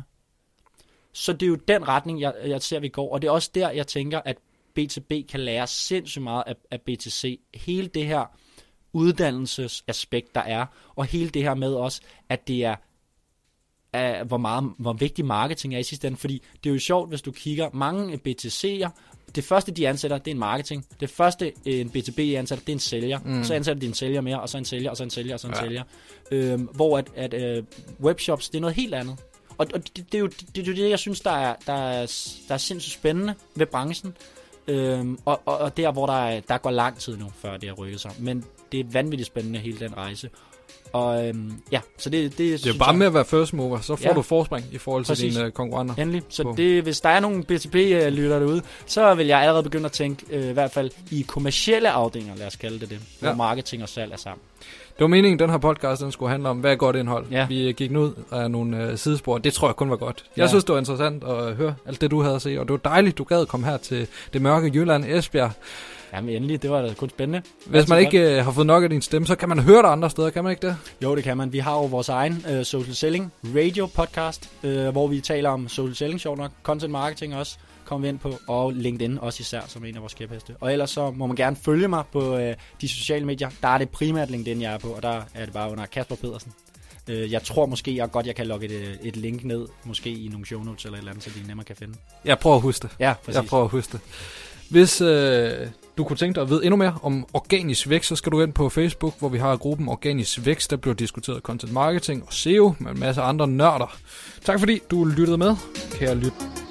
Speaker 2: Så det er jo den retning, jeg ser, vi går. Og det er også der, jeg tænker, at B2B kan lære sindssygt meget af B2C. Hele det her uddannelsesaspekt, der er, og hele det her med også, at det er, hvor vigtig marketing er i sidste ende. Fordi det er jo sjovt, hvis du kigger, mange B2C'er, det første, de ansætter, det er en marketing. Det første, en B2B ansætter, det er en sælger. Så ansætter de en sælger mere, og så en sælger, og så en sælger, og så en sælger. Hvor at webshops, det er noget helt andet. Og det er jo det, jeg synes, der er sindssygt spændende ved branchen. Og der, hvor der går lang tid nu, før det har rykket sig. Men det er vanvittigt spændende, hele den rejse. Og så det
Speaker 1: er jo bare med at være first mover, så får du forspring i forhold til dine konkurrenter.
Speaker 2: Endelig. Så hvis der er nogle B2B-lytter derude, så vil jeg allerede begynde at tænke, i hvert fald i kommercielle afdelinger, lad os kalde det, hvor marketing og salg er sammen.
Speaker 1: Det var meningen, den her podcast den skulle handle om, hvad er godt indhold. Ja. Vi gik ud af nogle sidespor. Det tror jeg kun var godt. Jeg synes, det var interessant at høre alt det, du havde at se. Og det var dejligt, du gad at komme her til det mørke Jylland, Esbjerg.
Speaker 2: Jamen endelig, det var da kun spændende.
Speaker 1: Hvis man ikke har fået nok af din stemme, så kan man høre dig andre steder, kan man ikke det?
Speaker 2: Jo, det kan man. Vi har jo vores egen social selling radio podcast, hvor vi taler om social selling, sjovt nok, content marketing også, kommer vi ind på, og LinkedIn også især som en af vores kæpheste. Og ellers så må man gerne følge mig på de sociale medier. Der er det primært LinkedIn, jeg er på, og der er det bare under Kasper Pedersen. Jeg tror måske, jeg kan logge et link ned, måske i nogle show notes eller et eller andet, så de nemmere kan finde.
Speaker 1: Jeg prøver at huske det.
Speaker 2: Ja, præcis.
Speaker 1: Jeg prøver at huske det. Hvis du kunne tænke dig at vide endnu mere om organisk vækst, så skal du ind på Facebook, hvor vi har gruppen Organisk Vækst. Der bliver diskuteret content marketing og SEO med en masse andre nørder. Tak fordi du lyttede med. Kære lyt.